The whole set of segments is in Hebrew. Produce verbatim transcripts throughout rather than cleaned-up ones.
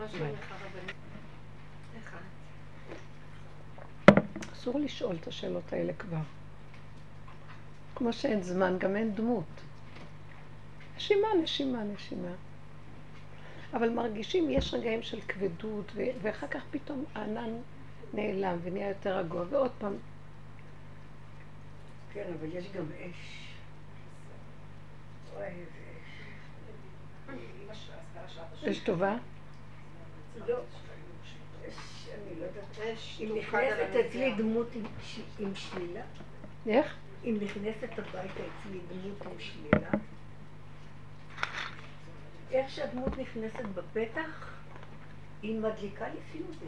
אסור לשאול את השאלות האלה כבר. כמו שאין זמן, גם אין דמות. נשימה, נשימה, נשימה. אבל מרגישים, יש רגעים של כבדות, ואחר כך פתאום הענן נעלם ונהיה יותר רגוע, ועוד פעם. כן, אבל יש גם אש. אוי, אש. אש טובה? לא. אש, אני לא יודעת. אם נכנסת אצלי דמות עם שלילה. איך? אם נכנסת הביתה אצלי דמות עם שלילה. איך שהדמות נכנסת בפתח, היא מדליקה לי פיוזים.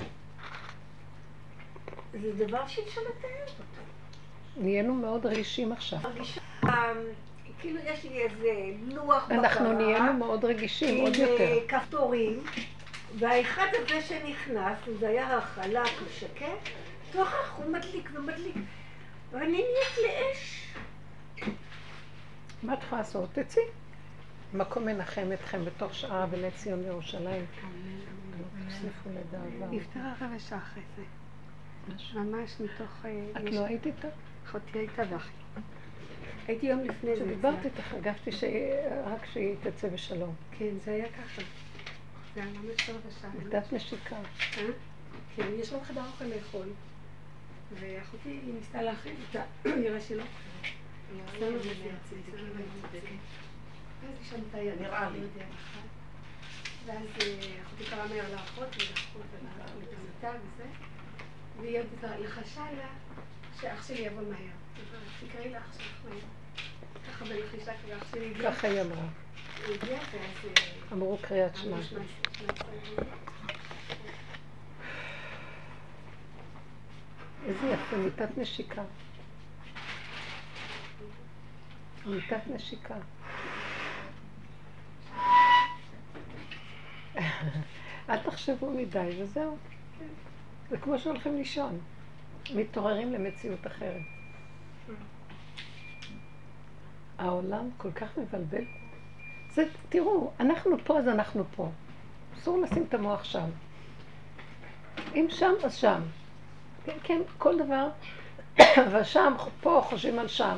זה דבר שאי אפשר לתאר אותו. נהיינו מאוד רגישים עכשיו. מרגישה, כאילו יש לי איזה לוח בקרה. אנחנו נהיינו מאוד רגישים, עוד יותר. עם כפתורים, והאחד הזה שנכנס, זה היה החלק ושקט, תוך כך הוא מדליק ומדליק. ואני נהיית לאש. מה את יכולה לעשות? תצאי. מקום מנחם אתכם בתוך שעה ולציון וירושלים. תוסיפו לדאבה. נפטר הרבע שעה אחרי זה. ממש מתוך... את לא היית איתה? אחותי הייתה ואחי. הייתי יום לפני זה. כשדיברתי איתך, הרגשתי רק שהיא תצא בשלום. כן, זה היה ככה. זה היה ממש רבע שעה. נקודת נשיקה. כן, יש לו חדר אוכל לאכול. ואחותי ניסתה להכין אותה, נראה שלא. נראה לי ואז היא שמתה יד, נראה לי. ואז אחותי קראה מהר לאחות ולקחו אותה למיטה וזה. והיא עוד לחשה לה שאח שלי יבוא מהר. תקראי לאח שלך מהר. ככה בלחישה כבר אח שלי הגיע. ככה היא אמרה. היא הגיעה ואז... אמרו קריאת שמע. איזה יפה, מיטת נשיקה. מיטת נשיקה. אל תחשבו מדי, וזהו. זה כמו שהולכים לישון. מתעוררים למציאות אחרת. העולם כל כך מבלבל. זה, תראו, אנחנו פה אז אנחנו פה. אסור לשים את המוח שם. אם שם אז שם. כן, כן, כל דבר, אבל שם, פה חושבים על שם.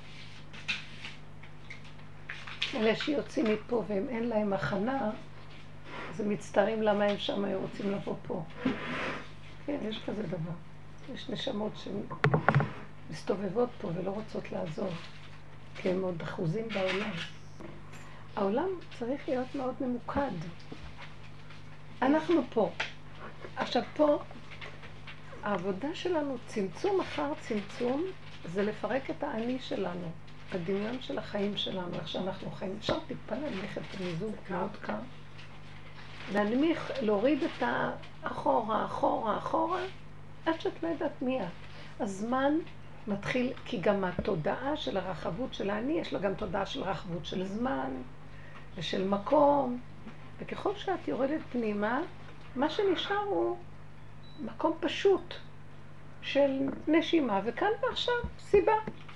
אלה שיוצאים מפה והם אין להם הכנה, אז הם מצטערים למה הם שם היו רוצים לבוא פה. כן, יש כזה דבר. יש נשמות שמסתובבות פה ולא רוצות לעזור, כי הם עוד אחוזים בעולם. העולם צריך להיות מאוד ממוקד. אנחנו פה. עכשיו פה, העבודה שלנו, צמצום אחר צמצום, זה לפרק את האני שלנו, הדמיון של החיים שלנו, איך שאנחנו חיים. אפשר טיפה להנמיך את המיזוג מאוד קר. להנמיך, להוריד את האחורה, אחורה, אחורה, עד שאת לא יודעת מי את. הזמן מתחיל, כי גם התודעה של הרחבות של האני, יש לה גם תודעה של רחבות של זמן ושל מקום. וככל שאת יורדת פנימה, מה שנשאר הוא מקום פשוט של נשימה, וכאן ועכשיו סיבה.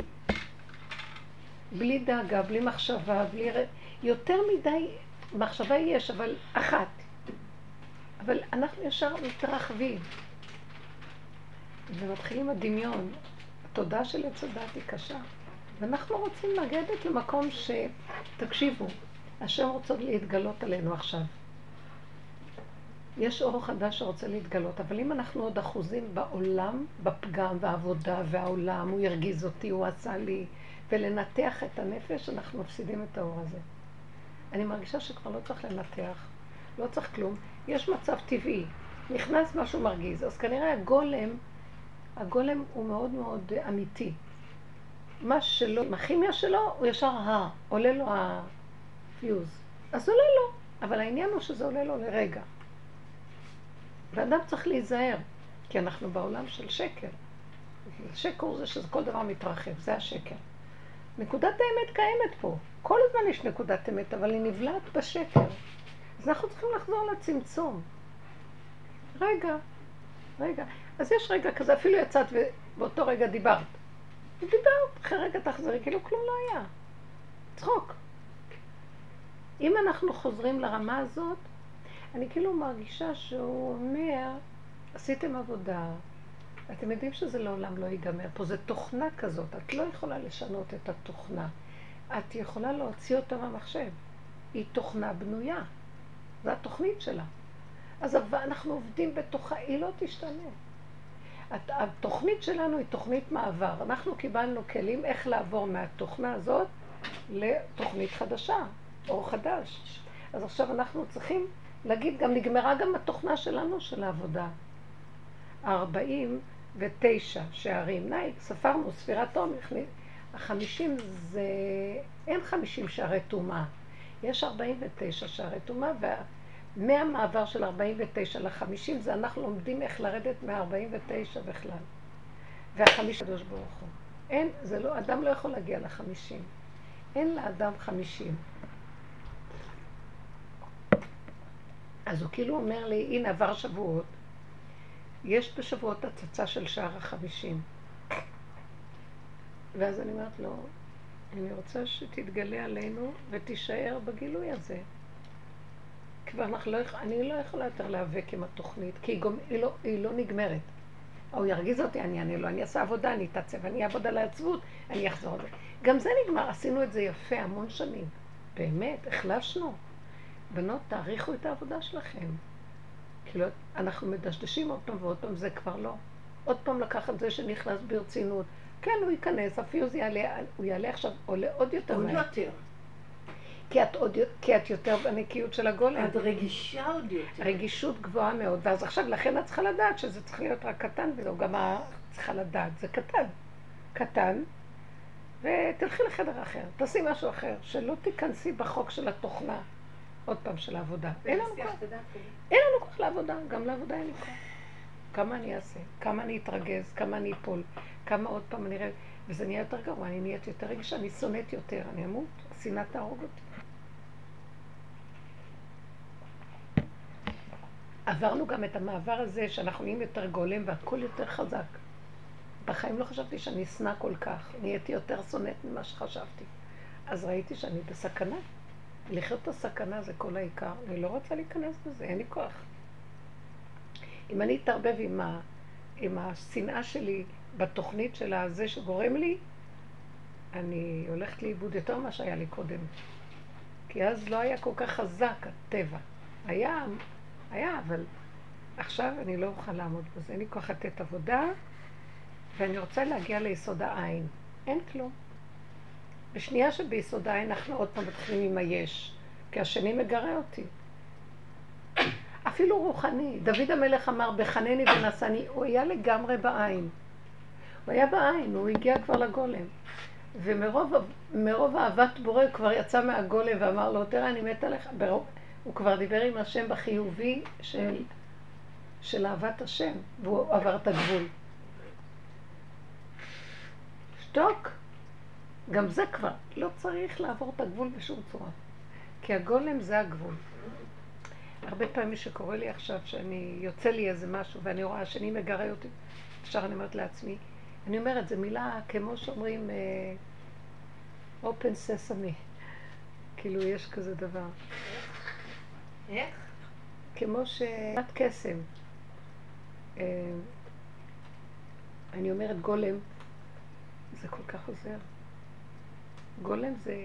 בלי דאגה, בלי מחשבה, בלי... יותר מדי מחשבה יש, אבל אחת. אבל אנחנו ישר מתרחבים. ומתחילים הדמיון. התודעה של עץ הדת היא קשה. ואנחנו רוצים לגדת למקום שתקשיבו. השם רוצה להתגלות עלינו עכשיו. יש אור חדש שרוצה להתגלות, אבל אם אנחנו עוד אחוזים בעולם, בפגם והעבודה והעולם, הוא ירגיז אותי, הוא עשה לי, ולנתח את הנפש, אנחנו מפסידים את האור הזה. אני מרגישה שכבר לא צריך לנתח, לא צריך כלום. יש מצב טבעי, נכנס משהו מרגיז, אז כנראה הגולם, הגולם הוא מאוד מאוד אמיתי. מה שלא, עם הכימיה שלו, הוא ישר ה, עולה לו הפיוז. אז עולה לו, אבל העניין הוא שזה עולה לו לרגע. ואדם צריך להיזהר, כי אנחנו בעולם של שקר. שקר זה שזה כל דבר מתרחב, זה השקר. נקודת האמת קיימת פה. כל הזמן יש נקודת אמת, אבל היא נבלעת בשקר. אז אנחנו צריכים לחזור לצמצום. רגע, רגע. אז יש רגע כזה, אפילו יצאת ובאותו רגע דיברת. דיברת, אחרי רגע תחזרי, כאילו כלום לא היה. צחוק. אם אנחנו חוזרים לרמה הזאת, אני כאילו מרגישה שהוא אומר, עשיתם עבודה, אתם יודעים שזה לעולם לא ייגמר פה, זה תוכנה כזאת, את לא יכולה לשנות את התוכנה, את יכולה להוציא אותה מהמחשב, היא תוכנה בנויה, זו התוכנית שלה. אז אנחנו עובדים בתוכה, היא לא תשתנה. התוכנית שלנו היא תוכנית מעבר, אנחנו קיבלנו כלים איך לעבור מהתוכנה הזאת לתוכנית חדשה, אור חדש. אז עכשיו אנחנו צריכים להגיד, גם נגמרה גם התוכנה שלנו של העבודה. ארבעים ותשע שערים, נאי, ספרנו, ספירת תום, החמישים זה, אין חמישים שערי תומה, יש ארבעים ותשע שערי תומה, ומהמעבר של ארבעים ותשע ל-חמישים זה אנחנו לומדים איך לרדת מה-ארבעים ותשע בכלל. והחמישים קדוש ברוך הוא. אין, זה לא, אדם לא יכול להגיע ל-חמישים. אין לאדם חמישים. אז הוא כאילו אומר לי, הנה עבר שבועות, יש בשבועות הצצה של שער החמישים. ואז אני אומרת לו, אני רוצה שתתגלה עלינו ותישאר בגילוי הזה. כבר אנחנו לא, אני לא יכולה יותר להיאבק עם התוכנית, כי היא, היא, לא, היא לא נגמרת. הוא ירגיז אותי, אני אענה לו, אני אעשה עבודה, אני אתעצב, אני אעבוד על העצבות, אני אחזור על זה. גם זה נגמר, עשינו את זה יפה המון שנים. באמת, החלשנו. בנות, תאריכו את העבודה שלכם. כאילו, אנחנו מדשדשים עוד פעם ועוד פעם, זה כבר לא. עוד פעם לקחת זה שנכנס ברצינות. כן, הוא ייכנס, הפיוז יעלה, הוא יעלה עכשיו, עולה עוד יותר. עוד יותר. כי את, עוד, כי את יותר בנקיות של הגולם. את רגישה עוד יותר. רגישות גבוהה מאוד. ואז עכשיו, לכן את צריכה לדעת שזה צריך להיות רק קטן, וזהו גם את צריכה לדעת. זה קטן. קטן. ותלכי לחדר אחר. תעשי משהו אחר. שלא תיכנסי בחוק של התוכנה. עוד פעם של העבודה. אין לנו כוח. אין לנו כוח לעבודה. גם לעבודה אין לי כוח. כמה אני אעשה, כמה אני אתרגז, כמה אני אפול, כמה עוד פעם אני אראה, וזה נהיה יותר גרוע, אני נהיית יותר רגישה, אני שונאת יותר, אני אמות, השנאה תהרוג אותי. עברנו גם את המעבר הזה שאנחנו נהיים יותר גולם והכל יותר חזק. בחיים לא חשבתי שאני אשנא כל כך, נהייתי יותר שונאת ממה שחשבתי. אז ראיתי שאני בסכנה. לחיות את הסכנה זה כל העיקר, אני לא רוצה להיכנס בזה, אין לי כוח. אם אני אתערבב עם, ה, עם השנאה שלי בתוכנית של הזה שגורם לי, אני הולכת לאיבוד יותר ממה שהיה לי קודם. כי אז לא היה כל כך חזק הטבע. היה, היה, אבל עכשיו אני לא אוכל לעמוד בזה. אין לי כוח לתת עבודה, ואני רוצה להגיע ליסוד העין. אין כלום. בשנייה שביסוד העין אנחנו עוד פעם מתחילים עם היש, כי השני מגרה אותי. אפילו רוחני, דוד המלך אמר, בחנני ונשני, הוא היה לגמרי בעין. הוא היה בעין, הוא הגיע כבר לגולם. ומרוב מרוב אהבת בורא הוא כבר יצא מהגולם ואמר לו, תראה, אני מת עליך. ברוב, הוא כבר דיבר עם השם בחיובי של, של אהבת השם, והוא עבר את הגבול. שתוק. גם זה כבר, לא צריך לעבור את הגבול בשום צורה. כי הגולם זה הגבול. הרבה פעמים שקורה לי עכשיו שאני יוצא לי איזה משהו ואני רואה שאני מגרה אותי, אפשר אני אומרת לעצמי, אני אומרת, זו מילה כמו שאומרים uh, open sesame, כאילו יש כזה דבר. איך? כמו שאת קסם. Uh, אני אומרת גולם, זה כל כך עוזר. גולם זה...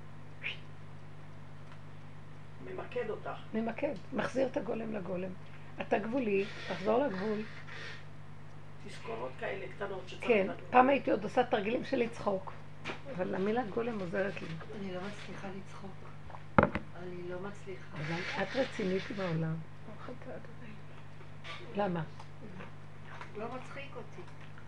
ממקד אותך. ממקד, מחזיר את הגולם לגולם. אתה גבולי, תחזור לגבול. תזכורות כאלה קטנות שצריך כן, לדעת. פעם הייתי עוד עושה תרגילים של לצחוק. אבל המילה גולם עוזרת לי. אני לא מצליחה לצחוק. אני לא מצליחה. אבל את רצינית בעולם. למה? לא מצחיק אותי.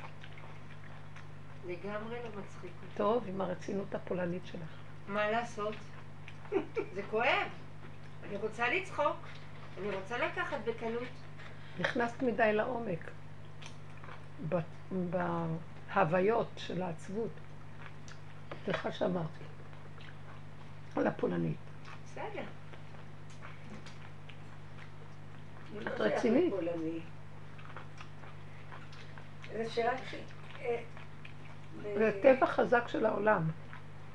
לגמרי לא מצחיק אותי. טוב, עם הרצינות הפולנית שלך. מה לעשות? זה כואב. אני רוצה לצחוק. אני רוצה לקחת בקלות. נכנסת מדי לעומק. בהוויות של העצבות. סליחה שאמרתי. על הפולנית. בסדר. את רצינית. זה שאלה ש... זה טבע חזק של העולם.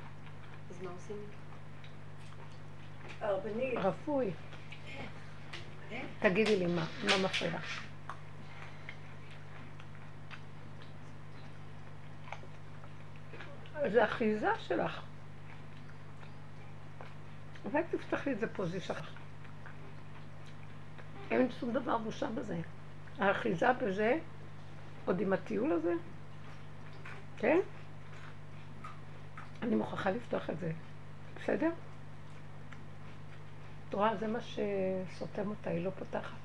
אז מה עושים? הרבנית. רפוי. תגידי לי מה, מה מפריע לך. זה אחיזה שלך. אולי תפתחי את זה פה, זה שלך. אין שום דבר בושה בזה. האחיזה בזה, עוד עם הטיול הזה, כן? אני מוכרחה לפתוח את זה. בסדר? תורה, זה מה שסותם אותה, היא לא פותחת.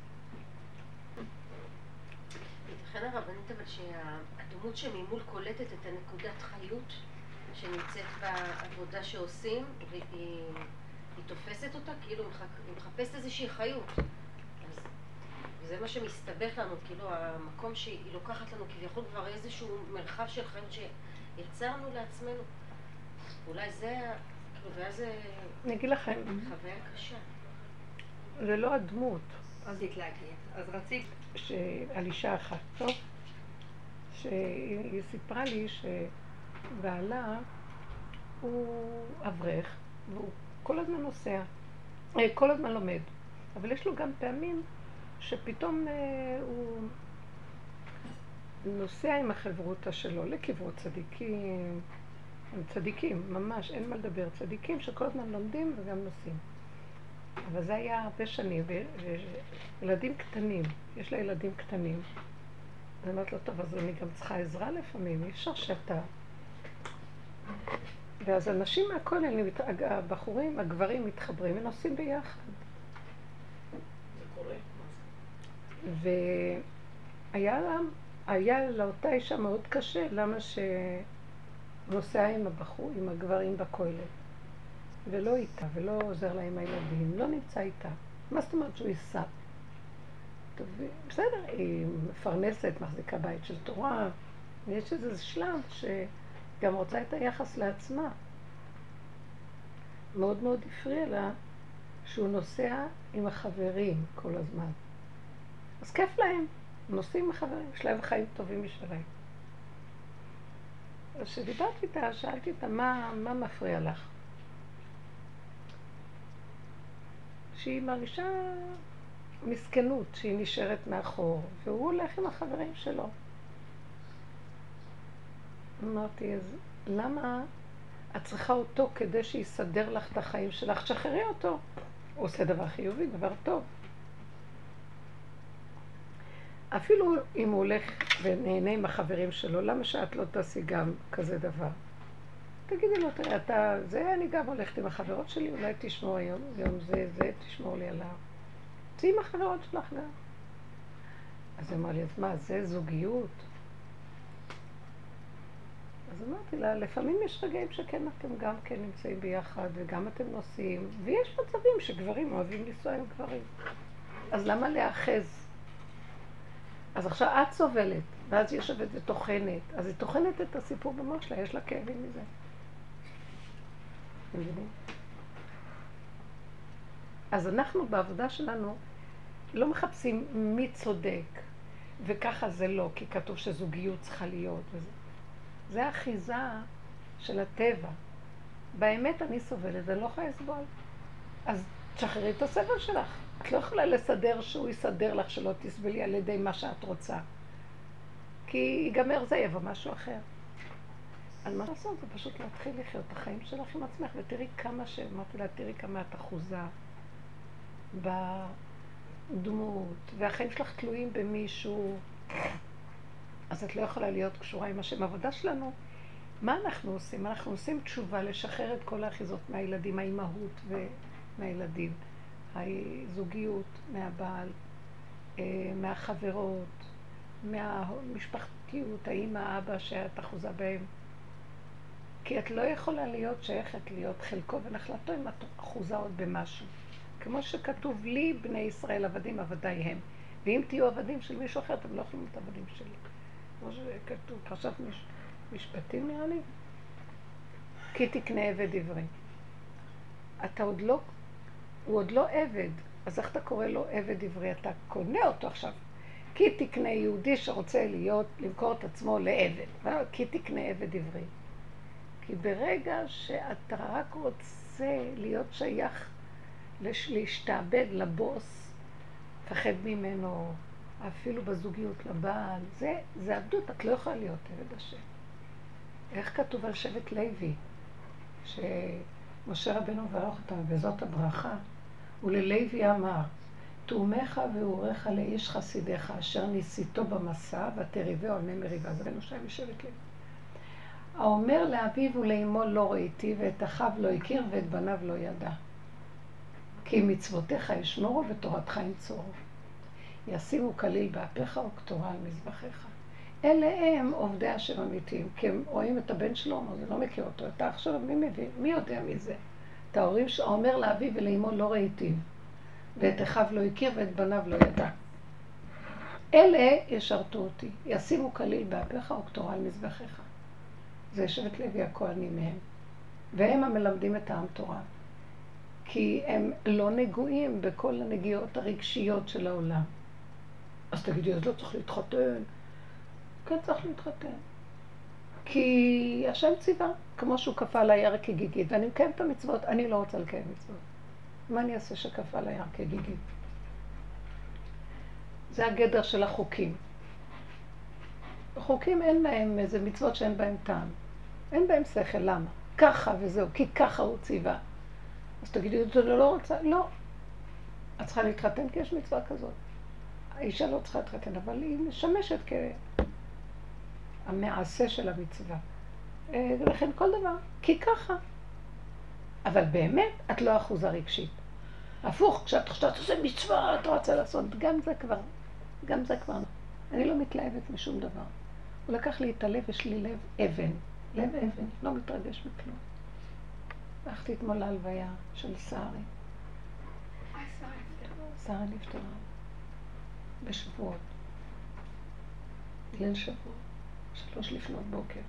לכן הרבנית, אבל שהדמות שממול קולטת את הנקודת חיות שנמצאת בעבודה שעושים, היא, היא תופסת אותה, כאילו היא מחפשת איזושהי חיות. אז זה מה שמסתבך לנו, כאילו המקום שהיא לוקחת לנו כביכול כבר איזשהו מרחב של חיות שיצרנו לעצמנו. אולי זה, כאילו, ואז זה אני אגיד לכם, חוויה קשה. זה לא הדמות. אז התלהגית, אז רצית. על אישה אחת, טוב? שהיא סיפרה לי שבעלה הוא אברך והוא כל הזמן נוסע, כל הזמן לומד, אבל יש לו גם פעמים שפתאום הוא נוסע עם החברותא שלו לכברות צדיקים, הם צדיקים, ממש, אין מה לדבר, צדיקים שכל הזמן לומדים וגם נוסעים. אבל זה היה הרבה שנים, וילדים קטנים, יש לה ילדים קטנים. אני אומרת לו, טוב, אז אני גם צריכה עזרה לפעמים, אי אפשר שאתה... ואז אנשים מהכולל, הבחורים, הגברים מתחברים ונוסעים ביחד. זה קורה? והיה לה, היה לאותה אישה מאוד קשה, למה שנוסע עם הבחור, עם הגברים בכולל. ולא איתה, ולא עוזר לה עם הילדים, לא נמצא איתה. מה זאת אומרת שהוא ייסע? טוב, בסדר, היא מפרנסת, מחזיקה בית של תורה, ויש איזה שלב שגם רוצה את היחס לעצמה. מאוד מאוד הפריע לה שהוא נוסע עם החברים כל הזמן. אז כיף להם, נוסעים עם החברים, יש להם חיים טובים משלהם. אז כשדיברתי איתה, שאלתי אותה, מה, מה מפריע לך? שהיא מרגישה מסכנות, שהיא נשארת מאחור, והוא הולך עם החברים שלו. אמרתי, אז למה את צריכה אותו כדי שיסדר לך את החיים שלך? שחררי אותו. הוא עושה דבר חיובי, דבר טוב. אפילו אם הוא הולך ונהנה עם החברים שלו, למה שאת לא תעשי גם כזה דבר? תגידי לו, תראה, אתה, זה אני גם הולכת עם החברות שלי, אולי תשמור היום, יום זה, זה, תשמור לי עליו. תהי עם החברות שלך גם. אז היא אמרה לי, אז מה, זה זוגיות? אז אמרתי לה, לפעמים יש רגעים שכן אתם גם כן נמצאים ביחד, וגם אתם נוסעים, ויש מצבים שגברים אוהבים לנסוע עם גברים. אז למה להאחז? אז עכשיו את סובלת, ואז היא יושבת וטוחנת, אז היא טוחנת את הסיפור במוח שלה, יש לה כאבים מזה. אז אנחנו בעבודה שלנו לא מחפשים מי צודק, וככה זה לא, כי כתוב שזוגיות צריכה להיות. וזה. זה האחיזה של הטבע. באמת אני סובלת, אני לא יכולה לסבול. אז תשחררי את הסבל שלך. את לא יכולה לסדר שהוא יסדר לך שלא תסבלי על ידי מה שאת רוצה. כי ייגמר זה, יבוא משהו אחר. על מה לעשות? זה פשוט להתחיל לחיות את החיים שלך עם עצמך, ותראי כמה ש... אמרתי לה, תראי כמה את אחוזה בדמות, והחיים שלך תלויים במישהו, אז את לא יכולה להיות קשורה עם השם. העבודה שלנו, מה אנחנו עושים? אנחנו עושים תשובה לשחרר את כל האחיזות מהילדים, האימהות ומהילדים, הזוגיות, מהבעל, מהחברות, מהמשפחתיות, האמא, האבא שאת אחוזה בהם. כי את לא יכולה להיות שייכת להיות חלקו ונחלתו אם את אחוזה עוד במשהו. כמו שכתוב לי, בני ישראל עבדים עבדי הם. ואם תהיו עבדים של מישהו אחר, אתם לא יכולים להיות עבדים שלי. כמו שכתוב, פרשת מש... משפטים נראה לי. כי תקנה עבד עברי. אתה עוד לא, הוא עוד לא עבד, אז איך אתה קורא לו עבד עברי? אתה קונה אותו עכשיו. כי תקנה יהודי שרוצה להיות, למכור את עצמו לעבד. כי תקנה עבד עברי. כי ברגע שאתה רק רוצה להיות שייך, להשתעבד לבוס פחד ממנו, אפילו בזוגיות לבעל. זה, זה עבדות, את לא יכולה להיות עבד השם. איך כתוב על שבט לוי, שמשה רבנו מברך אותם, וזאת הברכה, וללוי אמר, תאומך ואורך לאיש חסידיך, אשר ניסיתו במסע, ותריבהו על מי מריבה. זה בנו שם משבט לוי. האומר לאביו ולאמו לא ראיתי, ואת אחיו לא הכיר, ואת בניו לא ידע. כי מצוותיך ישמורו ותורתך ינצורו. ישימו כליל באפיך וקטורה על מזבחיך. אלה הם עובדי השם אמיתיים, כי הם רואים את הבן שלו, זה לא מכיר אותו, את האח שלו, מי מבין? מי יודע מי זה? את ההורים שאומר לאביו ולאמו לא ראיתי, ואת אחיו לא הכיר ואת בניו לא ידע. אלה ישרתו אותי, ישימו כליל באפיך וקטורה על מזבחיך. זה שבט לוי הכהנים מהם, והם המלמדים את העם תורה. כי הם לא נגועים בכל הנגיעות הרגשיות של העולם. אז תגידי, אז לא צריך להתחתן. כן, צריך להתחתן. כי השם ציווה, כמו שהוא כפה על היער כגיגית, ואני מקיים את המצוות, אני לא רוצה לקיים מצוות. מה אני אעשה שכפה על היער כגיגית? זה הגדר של החוקים. החוקים אין בהם איזה מצוות שאין בהם טעם. אין בהם שכל, למה? ככה וזהו, כי ככה הוא ציווה. אז תגידי, את זה לא רוצה? לא. את צריכה להתחתן כי יש מצווה כזאת. האישה לא צריכה להתחתן, אבל היא משמשת כמעשה של המצווה. לכן כל דבר, כי ככה. אבל באמת, את לא אחוזה רגשית. הפוך, כשאת חושבת, זה מצווה, את רוצה לעשות, גם זה כבר, גם זה כבר. אני לא מתלהבת משום דבר. הוא לקח לי את הלב, יש לי לב אבן. לב אבן, לא מתרגש מכלום. הלכתי אתמול להלוויה של שרי. שרי נפטרה. בשבועות. ליל שבועות. שלוש לפנות בוקר.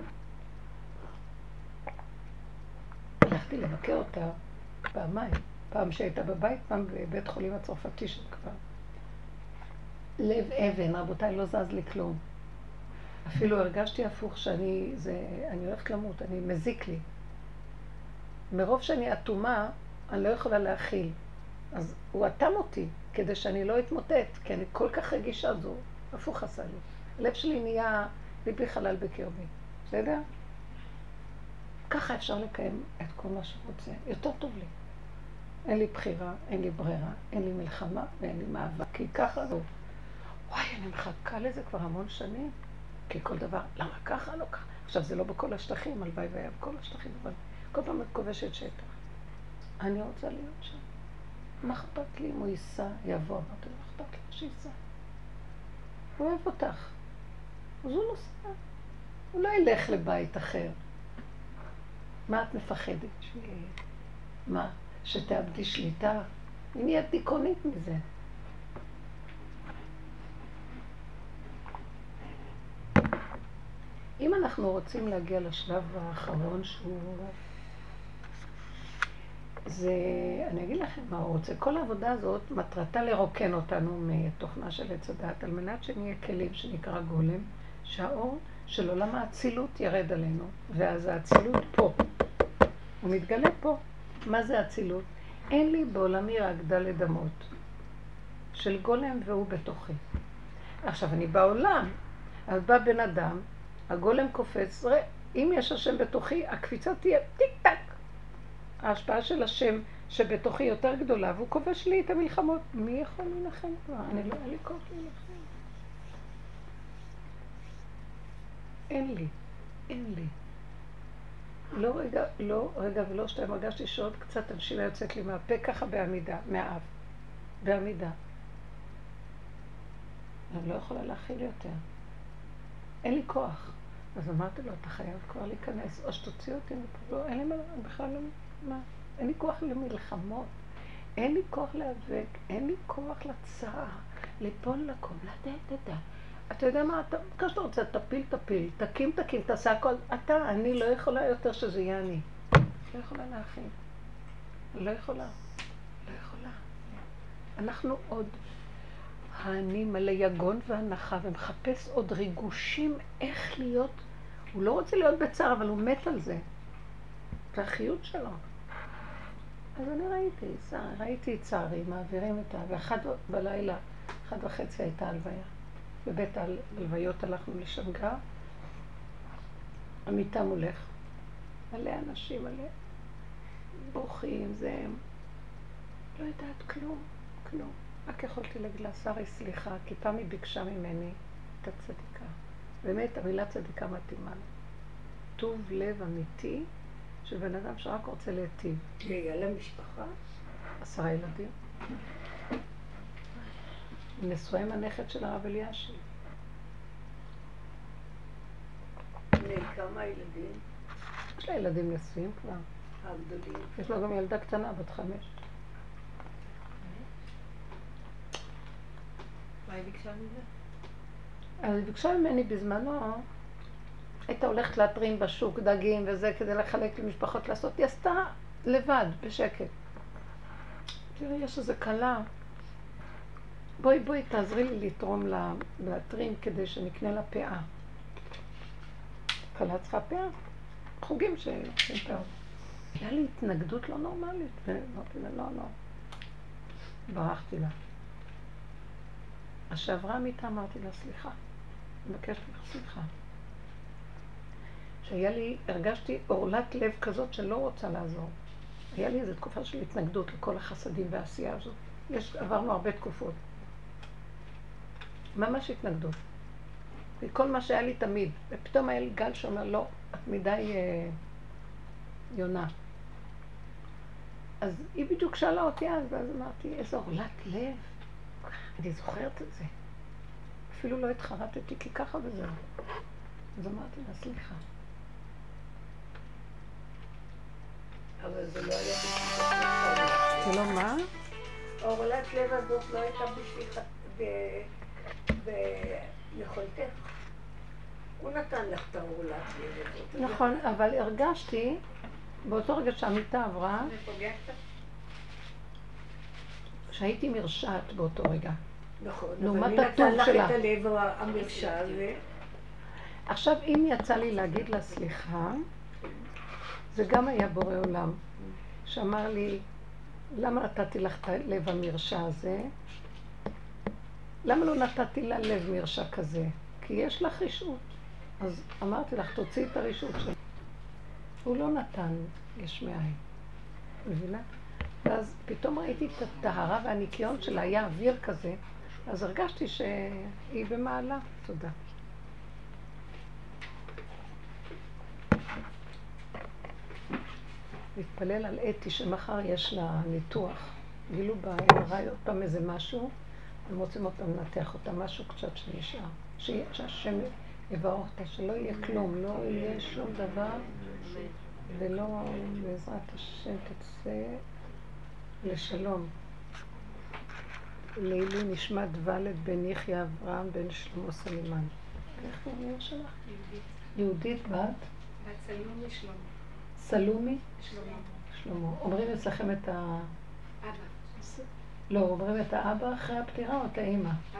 הלכתי לבקר אותה פעמיים. פעם שהייתה בבית, פעם בבית חולים הצרפתי של כבר. לב אבן, רבותיי, לא זז לי כלום. אפילו הרגשתי הפוך שאני, זה, אני הולכת למות, אני מזיק לי. מרוב שאני אטומה, אני לא יכולה להכיל. אז הוא אטם אותי, כדי שאני לא אתמוטט, כי אני כל כך רגישה זו. הפוך עשה לי. הלב שלי נהיה ליבי חלל בקרבי. בסדר? ככה אפשר לקיים את כל מה שרוצה. יותר טוב לי. אין לי בחירה, אין לי ברירה, אין לי מלחמה ואין לי מאבק. כי ככה זו. וואי, אני מחכה לזה כבר המון שנים. כי כל דבר, למה ככה, לא ככה. עכשיו, זה לא בכל השטחים, הלוואי והיה בכל השטחים, אבל כל פעם את כובשת שטח. אני רוצה להיות שם. מה אכפת לי אם הוא ייסע, יבוא? אמרתי לו, אכפת לי שייסע. הוא אוהב אותך. אז הוא נוסע. הוא לא ילך לבית אחר. מה את מפחדת? ש... מה? שתאבדי שליטה? אני נהיית דיכאונית מזה. אם אנחנו רוצים להגיע לשלב האחרון שהוא... זה... אני אגיד לכם מה הוא רוצה. כל העבודה הזאת מטרתה לרוקן אותנו מתוכנה של עץ הדעת, על מנת שנהיה כלים שנקרא גולם, שהאור של עולם האצילות ירד עלינו, ואז האצילות פה. הוא מתגלה פה. מה זה האצילות? אין לי בעולמי רק דלת אמות של גולם והוא בתוכי. עכשיו אני בעולם, אז בא בן אדם, הגולם קופץ, ראה, אם יש השם בתוכי, הקפיצה תהיה טיק טק. ההשפעה של השם שבתוכי יותר גדולה, והוא כובש לי את המלחמות. מי יכול להילחם כבר? אני לא, אין לי כוח להילחם. אין לי, אין לי. לא רגע, לא רגע ולא שתיים, הרגשתי שעוד קצת הנשימה יוצאת לי מהפה ככה בעמידה, מהאף, בעמידה. אני לא יכולה להכיל יותר. אין לי כוח. אז אמרתי לו, אתה חייב כבר להיכנס, או שתוציא אותי מפה. לא, אין לי מה, בכלל לא, מה? אין לי כוח למלחמות, אין לי כוח להיאבק, אין לי כוח לצער, ליפול לקום, לדעת, לדעת. אתה יודע מה, אתה, כשאתה רוצה, תפיל, תפיל, תקים, תקים, תעשה הכל. אתה, אני לא יכולה יותר שזה יהיה אני. לא יכולה להכין. לא יכולה. לא יכולה. אנחנו עוד, האני מלא יגון והנחה, ומחפש עוד ריגושים איך להיות. הוא לא רוצה להיות בצער, אבל הוא מת על זה. זה החיות שלו. אז אני ראיתי, ראיתי את צערי, מעבירים את ה... ואחד בלילה, אחד וחצי הייתה הלוויה. בבית הלוויות הלכנו לשמגר, המיטה מולך. מלא אנשים, מלא בוכים, זה... לא יודעת כלום, כלום. רק יכולתי להגיד לה, שרי, סליחה, כי פעם היא ביקשה ממני את הצדיקה. באמת, המילה צדיקה מתאימה לה. טוב לב אמיתי של בן אדם שרק רוצה להיטיב. היה לה משפחה? עשרה ילדים. נשואה עם הנכד של הרב אלישיב. כמה ילדים? יש לה ילדים נשואים כבר. הגדולים. יש לה גם ילדה קטנה, בת חמש. מה היא ביקשה מזה? אז היא ביקשה ממני בזמנו, הייתה הולכת להטרים בשוק, דגים וזה, כדי לחלק למשפחות לעשות. היא עשתה לבד, בשקט. תראי, יש איזו קלה. בואי, בואי, תעזרי לי לתרום להטרים כדי שנקנה לה פאה. קלה צריכה פאה. חוגים שעושים פאה. היה לי התנגדות לא נורמלית, ואמרתי לה, לא, לא. ברחתי לה. אז שעברה מיטה, אמרתי לה, סליחה. מבקשת לך סליחה. שהיה לי, הרגשתי אורלת לב כזאת שלא רוצה לעזור. היה לי איזו תקופה של התנגדות לכל החסדים והעשייה הזאת. יש, עברנו הרבה תקופות. ממש התנגדות. וכל מה שהיה לי תמיד. ופתאום היה לי גל שאומר, לא, את מדי אה, יונה. אז היא בדיוק שאלה אותי אז, ואז אמרתי, איזו אורלת לב. אני זוכרת את זה. אפילו לא התחרטתי, כי ככה וזהו. אז אמרתי לה, סליחה. אבל זה לא היה בשבילך. זה לא מה? האורלת לב הזאת לא הייתה בשבילך ביכולתך. הוא נתן לך את האורלת לב הזאת. נכון, אבל הרגשתי, באותו רגע שהמיטה עברה, זה פוגע קצת? שהייתי מרשעת באותו רגע. נכון, לעומת אבל מי הטוב נתן לך שלה. את הלב המרשע הזה? עכשיו, אם יצא לי להגיד לה סליחה, זה גם היה בורא עולם, שאמר לי, למה נתתי לך את הלב המרשע הזה? למה לא נתתי לה לב מרשע כזה? כי יש לך רישות. אז אמרתי לך, תוציאי את הרישות שלה. הוא לא נתן יש מאין. מבינה? ואז פתאום ראיתי את הטהרה והניקיון שלה, היה אוויר כזה, אז הרגשתי שהיא במעלה. תודה. להתפלל על אתי שמחר יש לה ניתוח. גילו בעיניי עוד פעם איזה משהו, הם רוצים עוד פעם לנתח אותה, משהו קצת שנשאר. שהשם יברך אותה, שלא יהיה כלום, לא יהיה שום דבר, ולא בעזרת השם תצא לשלום. לילי נשמת ולד בן יחיא אברהם בן שלמה סלימן. איך קוראים שלך? יהודית. יהודית בת? בת סלומי שלמה. סלומי? שלמה. שלמה. אומרים אצלכם את ה... אבא. לא, אומרים את האבא אחרי הפטירה או את האמא? אבא.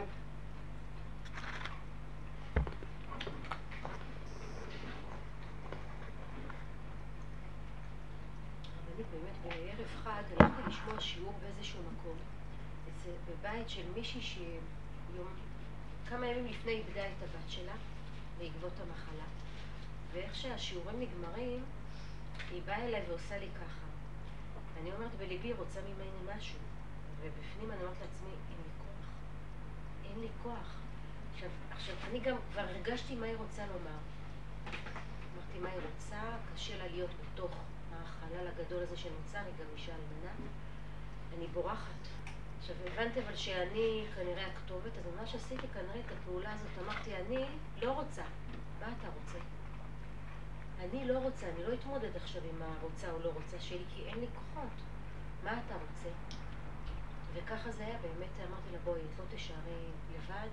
אני באמת בערב חג הלכתי לשמוע שיעור באיזשהו מקום, בבית של מישהי שיום, כמה ימים לפני איבדה את הבת שלה בעקבות המחלה, ואיך שהשיעורים נגמרים, היא באה אליי ועושה לי ככה. אני אומרת בליבי, רוצה ממני משהו, ובפנים אני אומרת לעצמי, אין לי כוח, אין לי כוח. עכשיו, עכשיו אני גם כבר הרגשתי מה היא רוצה לומר. אמרתי מה היא רוצה, קשה לה להיות בתוך החלל הגדול הזה שנוצר, היא גם אישה אלמנה. אני בורחת. עכשיו הבנתי אבל שאני כנראה הכתובת, אז ממש עשיתי כנראה את הפעולה הזאת. אמרתי, אני לא רוצה. מה אתה רוצה? אני לא רוצה, אני לא אתמודד עכשיו עם מה רוצה או לא רוצה שלי, כי אין לי כוחות. מה אתה רוצה? וככה זה היה, באמת אמרתי לה, בואי, את לא תשארי לבד,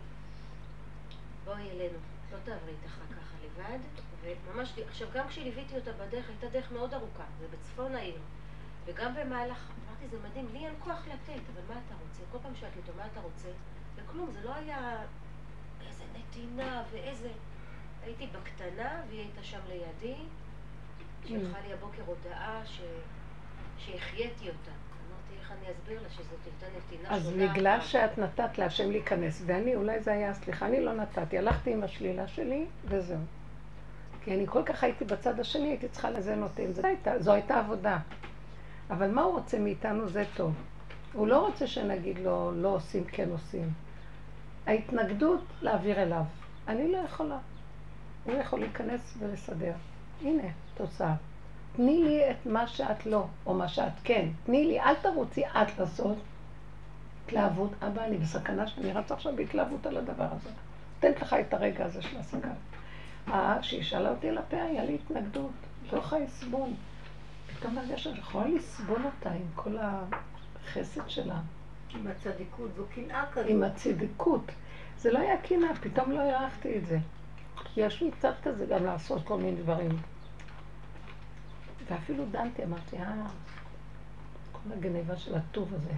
בואי אלינו, לא תעברי איתך ככה לבד. וממש, עכשיו גם כשליוויתי אותה בדרך, הייתה דרך מאוד ארוכה, זה בצפון העיר, וגם במהלך, אמרתי, זה מדהים, לי אין כוח לתת, אבל מה אתה רוצה? כל פעם שאלתי אותו, מה אתה רוצה? וכלום, זה לא היה איזה נתינה ואיזה... הייתי בקטנה והיא הייתה שם לידי, שלחה לי הבוקר הודעה ש... שהחייתי אותה. אמרתי, איך אני אסביר לה שזאת הייתה נתינה אז שונה? בגלל שאת נתת להשם להיכנס, ואני, אולי זה היה, סליחה, אני לא נתתי, הלכתי עם השלילה שלי, וזהו. כי אני כל כך הייתי בצד השני, הייתי צריכה לזה נותן. זו הייתה, זו הייתה עבודה. אבל מה הוא רוצה מאיתנו? זה טוב. הוא לא רוצה שנגיד לו, לא עושים, כן עושים. ההתנגדות להעביר אליו. אני לא יכולה. הוא יכול להיכנס ולסדר. הנה, תוצאה. תני לי את מה שאת לא, או מה שאת כן. תני לי, אל תרוצי את לעשות. התלהבות. אבא, אני בסכנה שאני רצה עכשיו בהתלהבות על הדבר הזה. תנת לך את הרגע הזה של הסכנה. אה, כשהיא שאלה אותי לפה, היה לי התנגדות. לא יכולה לסבול. פתאום הרגע שאני יכולה לסבול אותה עם כל החסד שלה. עם הצדיקות, זו קנאה כזאת. עם הצדיקות. זה לא היה קנאה, פתאום לא הערכתי את זה. כי יש לי קצת כזה גם לעשות כל מיני דברים. ואפילו דנתי, אמרתי, אה, כל הגניבה של הטוב הזה.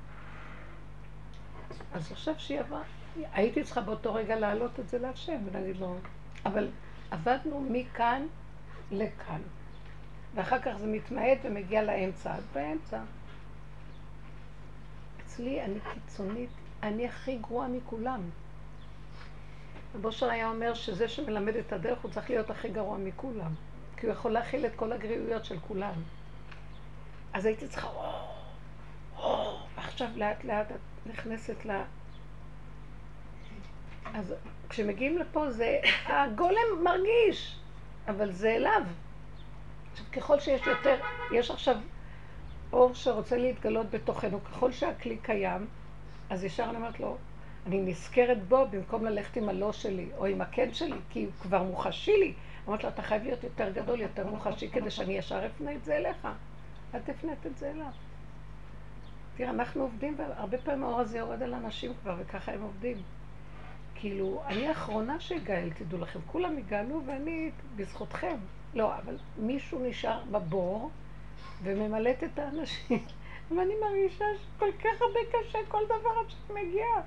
אז עכשיו שהיא עברה, הייתי צריכה באותו רגע להעלות את זה להשם ולהגיד לו, אבל עבדנו מכאן לכאן. ואחר כך זה מתמעט ומגיע לאמצע. באמצע. אצלי אני קיצונית, אני הכי גרועה מכולם. הבושר היה אומר שזה שמלמד את הדרך הוא צריך להיות הכי גרוע מכולם. כי הוא יכול להכיל את כל הגריעויות של כולם. אז הייתי צריכה, וואו, וואו, ועכשיו לאט לאט את נכנסת ל... אז כשמגיעים לפה זה, הגולם מרגיש, אבל זה אליו. עכשיו, ככל שיש יותר, יש עכשיו אור שרוצה להתגלות בתוכנו, ככל שהכלי קיים, אז ישר אני אומרת לו, אני נזכרת בו במקום ללכת עם הלא שלי, או עם הכן שלי, כי הוא כבר מוחשי לי. אמרת לו, אתה חייב להיות יותר גדול, יותר מוחשי, כדי שאני ישר אפנה את זה אליך. את תפנית את זה אליו. תראה, אנחנו עובדים, והרבה פעמים האור הזה יורד על אנשים כבר, וככה הם עובדים. כאילו, אני האחרונה שהגעל, תדעו לכם, כולם הגענו ואני בזכותכם. לא, אבל מישהו נשאר בבור וממלאת את האנשים. ואני מרגישה שכל כך הרבה קשה כל דבר עד שאת מגיעה.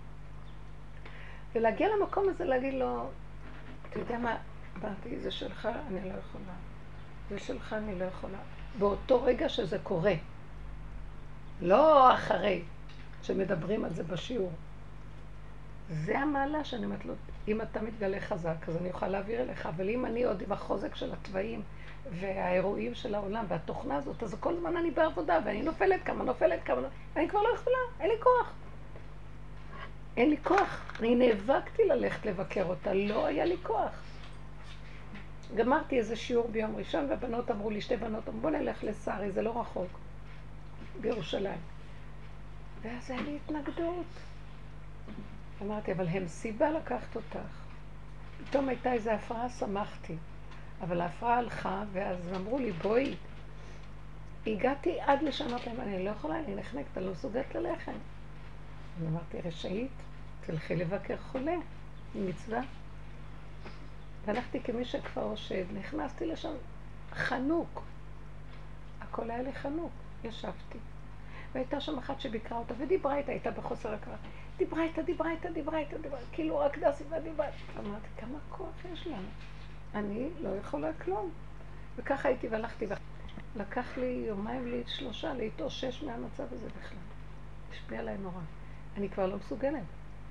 ולהגיע למקום הזה, להגיד לו, אתה יודע מה, באתי, זה שלך, אני לא יכולה. זה שלך, אני לא יכולה. באותו רגע שזה קורה. לא אחרי שמדברים על זה בשיעור. זה המעלה שאני אומרת לו, אם אתה מתגלה חזק, אז אני אוכל להעביר אליך, אבל אם אני עוד עם החוזק של הטבעים והאירועים של העולם והתוכנה הזאת, אז כל זמן אני בעבודה ואני נופלת כמה, נופלת כמה, אני כבר לא יכולה, אין לי כוח. אין לי כוח. אני נאבקתי ללכת לבקר אותה, לא היה לי כוח. גמרתי איזה שיעור ביום ראשון, והבנות אמרו לי, שתי בנות אמרו, בוא נלך לסערי, זה לא רחוק, בירושלים. ואז היה לי התנגדות. אמרתי, אבל הם סיבה לקחת אותך. פתאום הייתה איזו הפרעה, שמחתי. אבל ההפרעה הלכה, ואז אמרו לי, בואי. הגעתי עד לשנות להם, אני לא יכולה, אני נחנקת, אני לא מסוגלת ללכת. אני אמרתי, רשאית, תלכי לבקר חולה, עם מצווה. והלכתי כמי שכבר עושד, נכנסתי לשם חנוק. הכל היה לי חנוק, ישבתי. והייתה שם אחת שביקרה אותה, ודיברה איתה, הייתה בחוסר הכרה. דיברה איתה, דיברה איתה, דיברה איתה, דיברה, כאילו רק דסי ודיברה. אמרתי, כמה כוח יש לנו? אני לא יכולה כלום. וככה הייתי והלכתי, לקח לי יומיים, לי שלושה, להתאושש מהמצב הזה בכלל. השפיע עליי נורא. אני כבר לא מסוגלת.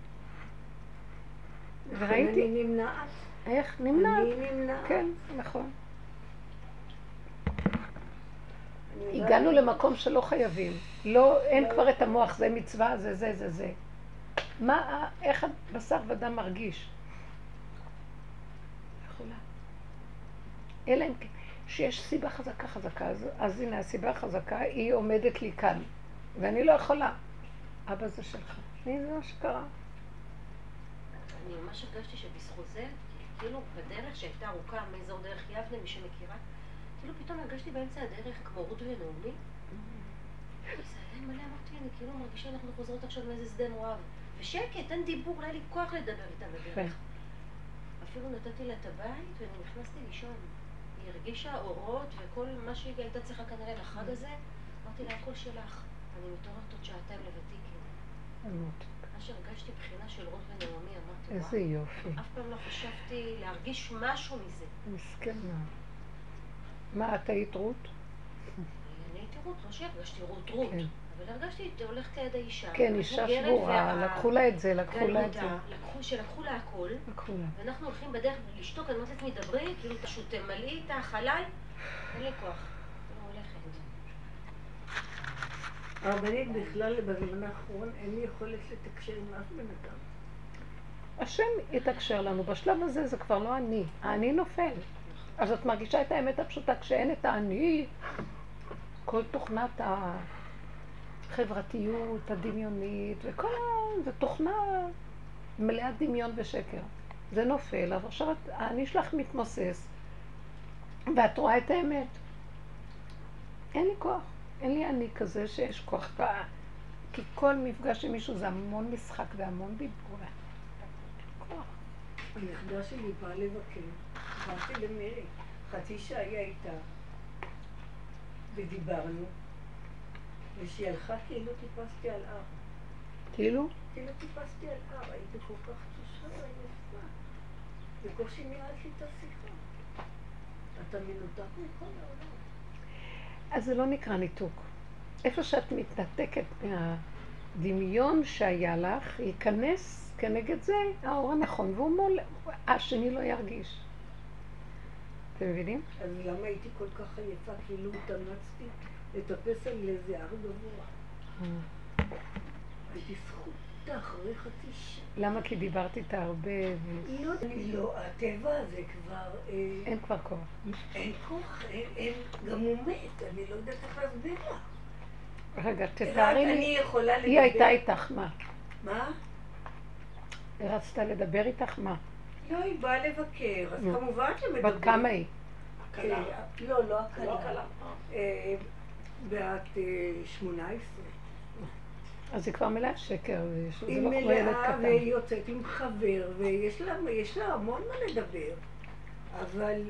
וראיתי... אני נמנעת. איך? נמנעת. אני נמנעת. כן, נכון. הגענו למקום שלא חייבים. לא, אין כבר את המוח, זה מצווה, זה, זה, זה, זה. מה, איך הבשר ודם מרגיש? יכולה. אלא אם כן, שיש סיבה חזקה חזקה, אז, אז הנה, הסיבה החזקה היא עומדת לי כאן, ואני לא יכולה. אבא זה שלך. אני זה מה שקרה. אני ממש הרגשתי שבזכות זה, כאילו בדרך שהייתה ארוכה מאזור דרך יבנה, מי שמכירה, כאילו פתאום הרגשתי באמצע הדרך כמו רות ונעמי. זה היה מלא, אמרתי, אני כאילו מרגישה אנחנו חוזרות עכשיו מאיזה שדה מואב. ושקט, אין דיבור, אולי לי כוח לדבר איתה בדרך. אפילו נתתי לה את הבית ואני נכנסתי לישון. היא הרגישה אורות וכל מה שהיא הייתה צריכה כנראה לחג הזה. אמרתי לה, הכל שלך. אני מתעוררת עוד שעתיים לבתי כאילו. מה שהרגשתי בחינה של רות ונעמי, אמרתי, וואו. איזה יופי. אף פעם לא חשבתי להרגיש משהו מזה. מסכנה. מה, את היית רות? אני הייתי רות, לא שהרגשתי רות רות, כן. אבל הרגשתי, הולכת ליד האישה. כן, אישה שבורה, לקחו לה את זה, לקחו לה את זה. לקחו, שלקחו לה הכל. לקחו לה. ואנחנו הולכים בדרך לשתוק, אני אומרת לעצמי, דברי, כאילו פשוט תמלאי איתך עליי, אין לי כוח. לא הולכת. הרבנית בכלל בזמן האחרון אין לי יכולת לתקשר עם אף בן אדם. השם יתקשר לנו, בשלב הזה זה כבר לא אני, האני נופל. אז את מרגישה את האמת הפשוטה, כשאין את האני, כל תוכנת החברתיות, הדמיונית, וכל ה... זה תוכנה מלאה דמיון ושקר. זה נופל, אבל עכשיו האני שלך מתמוסס, ואת רואה את האמת. אין לי כוח, אין לי אני כזה שיש כוח בה. כי כל מפגש עם מישהו זה המון משחק והמון דיבור. כוח. הנכדה שלי באה לבקר, באתי למירי, חצי שעה היא הייתה, ודיברנו, וכשהיא הלכה כאילו טיפסתי על הר. כאילו? כאילו טיפסתי על הר, הייתי כל כך תשושה ועייפה, בקושי ניהלתי את השיחה. אתה מנותק מכל העולם. אז זה לא נקרא ניתוק. איפה שאת מתנתקת מהדמיון שהיה לך, ייכנס כנגד זה האור הנכון, והוא מול... השני לא ירגיש. אתם מבינים? אז למה הייתי כל כך עייפה? כאילו התאמצתי לטפס על איזה הר גבוה. הייתי זכותה אחרי חצי שעה. למה? כי דיברת איתה הרבה ו... לא, אני לא, הטבע זה כבר... אין כבר כוח. אין כוח, אין, גם הוא מת, אני לא יודעת איך להסביר לך. רגע, תתארי לי... אני יכולה לדבר... היא הייתה איתך, מה? מה? רצתה לדבר איתך, מה? לא, היא באה לבקר, אז כמובן שמדברים. בת כמה היא? הקלה. לא, לא הקלה. בת שמונה עשרה. אז היא כבר מלאה שקר, זה היא לא כמו ילד מלאה קטן. והיא יוצאת עם חבר, ויש לה, יש לה המון מה לדבר. אבל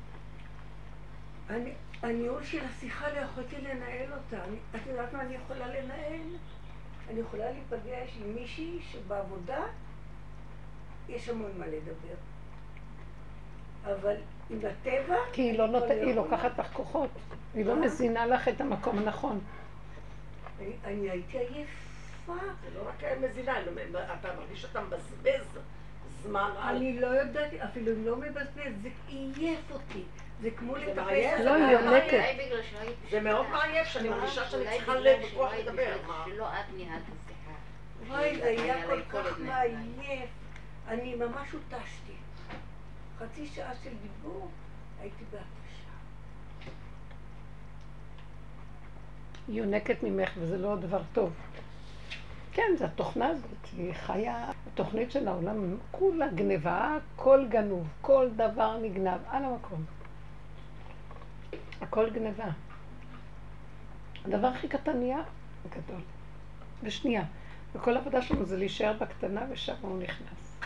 אני, הניהול של השיחה לא יכולתי לנהל אותה. אני, את יודעת מה אני יכולה לנהל? אני יכולה להיפגש עם מישהי שבעבודה יש המון מה לדבר. אבל עם הטבע... כי היא, לא נות... היא לוקחת לך כוחות, היא לא מזינה לך את המקום הנכון. אני, אני הייתי עייפה. זה לא רק מזינה, אתה מרגיש שאתה מבזבז זמן על... אני לא יודעת, אפילו אם לא מבזבז, זה עייף אותי. זה כמו לטפס. לא, היא יונקת. זה מאוד מעייף שאני מרגישה שאני צריכה בכוח לדבר. שלא את ניהלת השיחה. וואי, זה היה כל כך מעייף. אני ממש הותשתי. חצי שעה של דיבור, הייתי בהתשה. היא יונקת ממך וזה לא דבר טוב. כן, זו התוכנה הזאת, היא חיה, התוכנית של העולם, כולה גניבה, כל גנוב, כל דבר נגנב, על המקום. הכל גניבה. הדבר הכי קטן נהיה גדול. בשנייה. וכל העבודה שלנו זה להישאר בקטנה ושם הוא נכנס.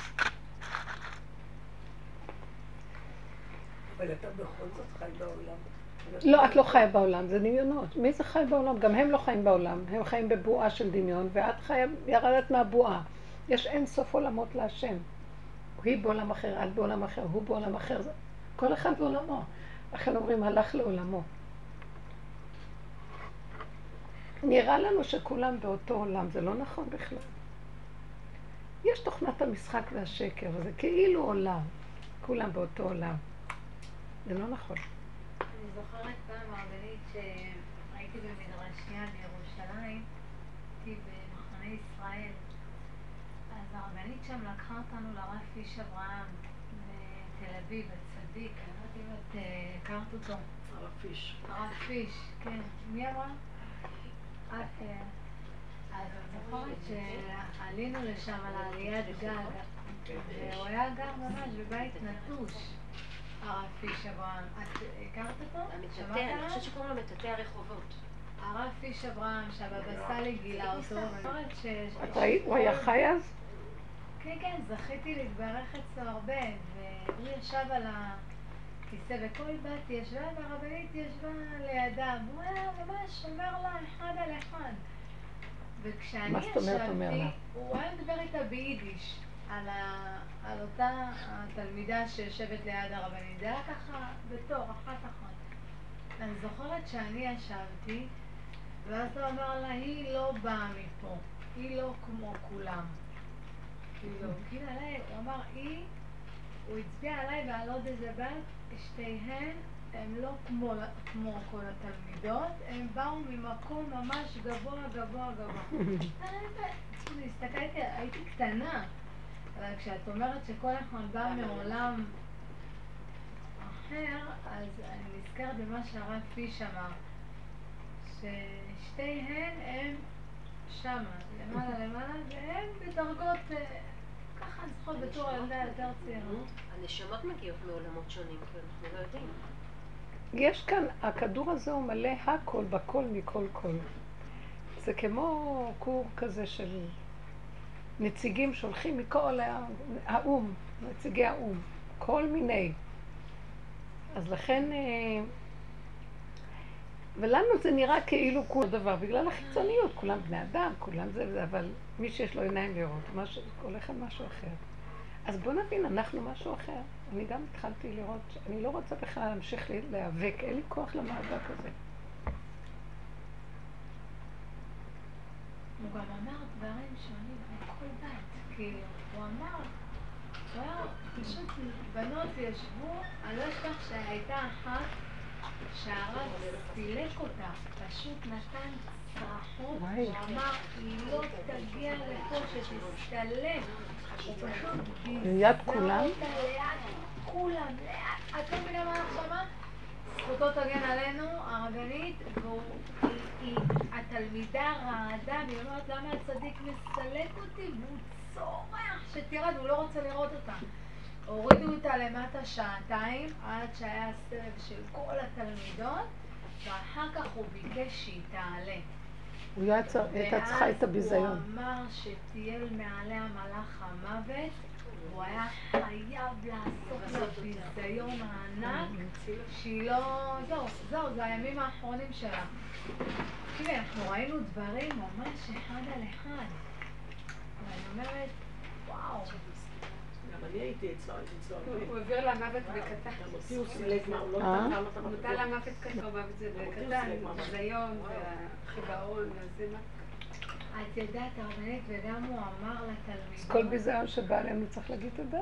אבל אתה בכל זאת חי בעולם. לא, את לא חיה בעולם, זה דמיונות. מי זה חי בעולם? גם הם לא חיים בעולם. הם חיים בבועה של דמיון, ואת חיה, ירדת מהבועה. יש אין סוף עולמות להשם. היא בעולם אחר, את בעולם אחר, הוא בעולם אחר. כל אחד בעולמו. לכן אומרים, הלך לעולמו. נראה לנו שכולם באותו עולם, זה לא נכון בכלל. יש תוכנת המשחק והשקר, וזה כאילו עולם. כולם באותו עולם. זה לא נכון. אני זוכרת פעם הרבנית שהייתי במדרשיה בירושלים, הייתי במחנה ישראל. אז הרבנית שם לקחה אותנו לרב פיש אברהם בתל אביב, הצדיק. אני לא יודעת אם את הכרת אותו. הרב פיש. הרב פיש, כן. מי אמרה? את... אז אני זוכרת שעלינו לשם על העליית גג, והוא היה גר ממש בבית נטוש. הרב פיש אברהם, את הכרת אותו? המטאטא, אני חושבת שקוראים לו מטאטא הרחובות. הרב פיש אברהם, שהבבא סאלי גילה אותו, הוא היה חי אז? כן, כן, זכיתי להתברך אצלו הרבה, והוא ישב על הכיסא, וכל בת ישבה, והרבנית ישבה לידה, והוא היה ממש אומר לה אחד על אחד. וכשאני ישבתי, הוא היה מדבר איתה ביידיש. על, ה... על אותה התלמידה שיושבת ליד הרבנית. זה היה ככה בתור, אחת אחת. אני זוכרת שאני ישבתי ואז הוא אמר לה, היא לא באה מפה, היא לא כמו כולם. כאילו, כאילו עליי, הוא אמר, היא, הוא הצביע עליי ועל עוד איזה בת, שתיהן, הם לא כמו, כמו כל התלמידות, הם באו ממקום ממש גבוה, גבוה, גבוה. אני הסתכלתי, הייתי קטנה, אבל כשאת אומרת שכל אחד בא מעולם אחר, אז אני נזכרת במה שהרב פיש אמר, ששתיהן הם שמה, למעלה למעלה, והם בדרגות, ככה אני זוכרת בתור הילדה יותר צעירה. הנשמות מגיעות מעולמות שונים, כי אנחנו לא יודעים. יש כאן, הכדור הזה הוא מלא הכל, בכל, מכל כל. זה כמו קור כזה של נציגים שהולכים מכל האום, נציגי האום, כל מיני. אז לכן, ולנו זה נראה כאילו כל דבר, בגלל החיצוניות, כולם בני אדם, כולם זה וזה, אבל מי שיש לו עיניים לראות, משהו, הולך על משהו אחר. אז בוא נבין, אנחנו משהו אחר. אני גם התחלתי לראות, אני לא רוצה בכלל להמשיך להיאבק, אין לי כוח למאבק הזה. הוא גם אמר דברים שונים בכל בית, כאילו, הוא אמר, הוא היה פשוט בנות ישבו, אני לא אשכח שהייתה אחת שהרב סילק אותה, פשוט נתן צרחות, הוא אמר, היא לא תגיע לפה שתסתלם, הוא פשוט ליד כולם? ליד כולם, ליד, את לא מבינה מה החשמה? זכותו תגן עלינו, הרבנית, והיא התלמידה רעדה, והיא אומרת למה הצדיק מסלק אותי, והוא צורח שתירד, הוא לא רוצה לראות אותה. הורידו אותה למטה שעתיים, עד שהיה סבב של כל התלמידות, ואחר כך הוא ביקש שהיא תעלה. הוא הייתה צריכה את הביזיון. ואז הוא אמר שטייל מעליה מלאך המוות, הוא היה חייב לעשות לה ביזיון הענק, שהיא לא... זהו, זהו, זה הימים האחרונים שלה. תראי, אנחנו ראינו דברים ממש אחד על אחד. ואני אומרת, וואו. גם אני הייתי אצלו, הייתי אצלו. הוא העביר לה מוות בקטן. אותי הוא סילק מה, הוא לא נתן כמה אתה הוא נתן לה מוות קטן, הוא מוות זה בקטן, ביזיון והחיבאון וזה מה. את יודעת, הרבנית, וגם הוא אמר לתלמידות... אז כל ביזיון שבא אלינו צריך להגיד תודה.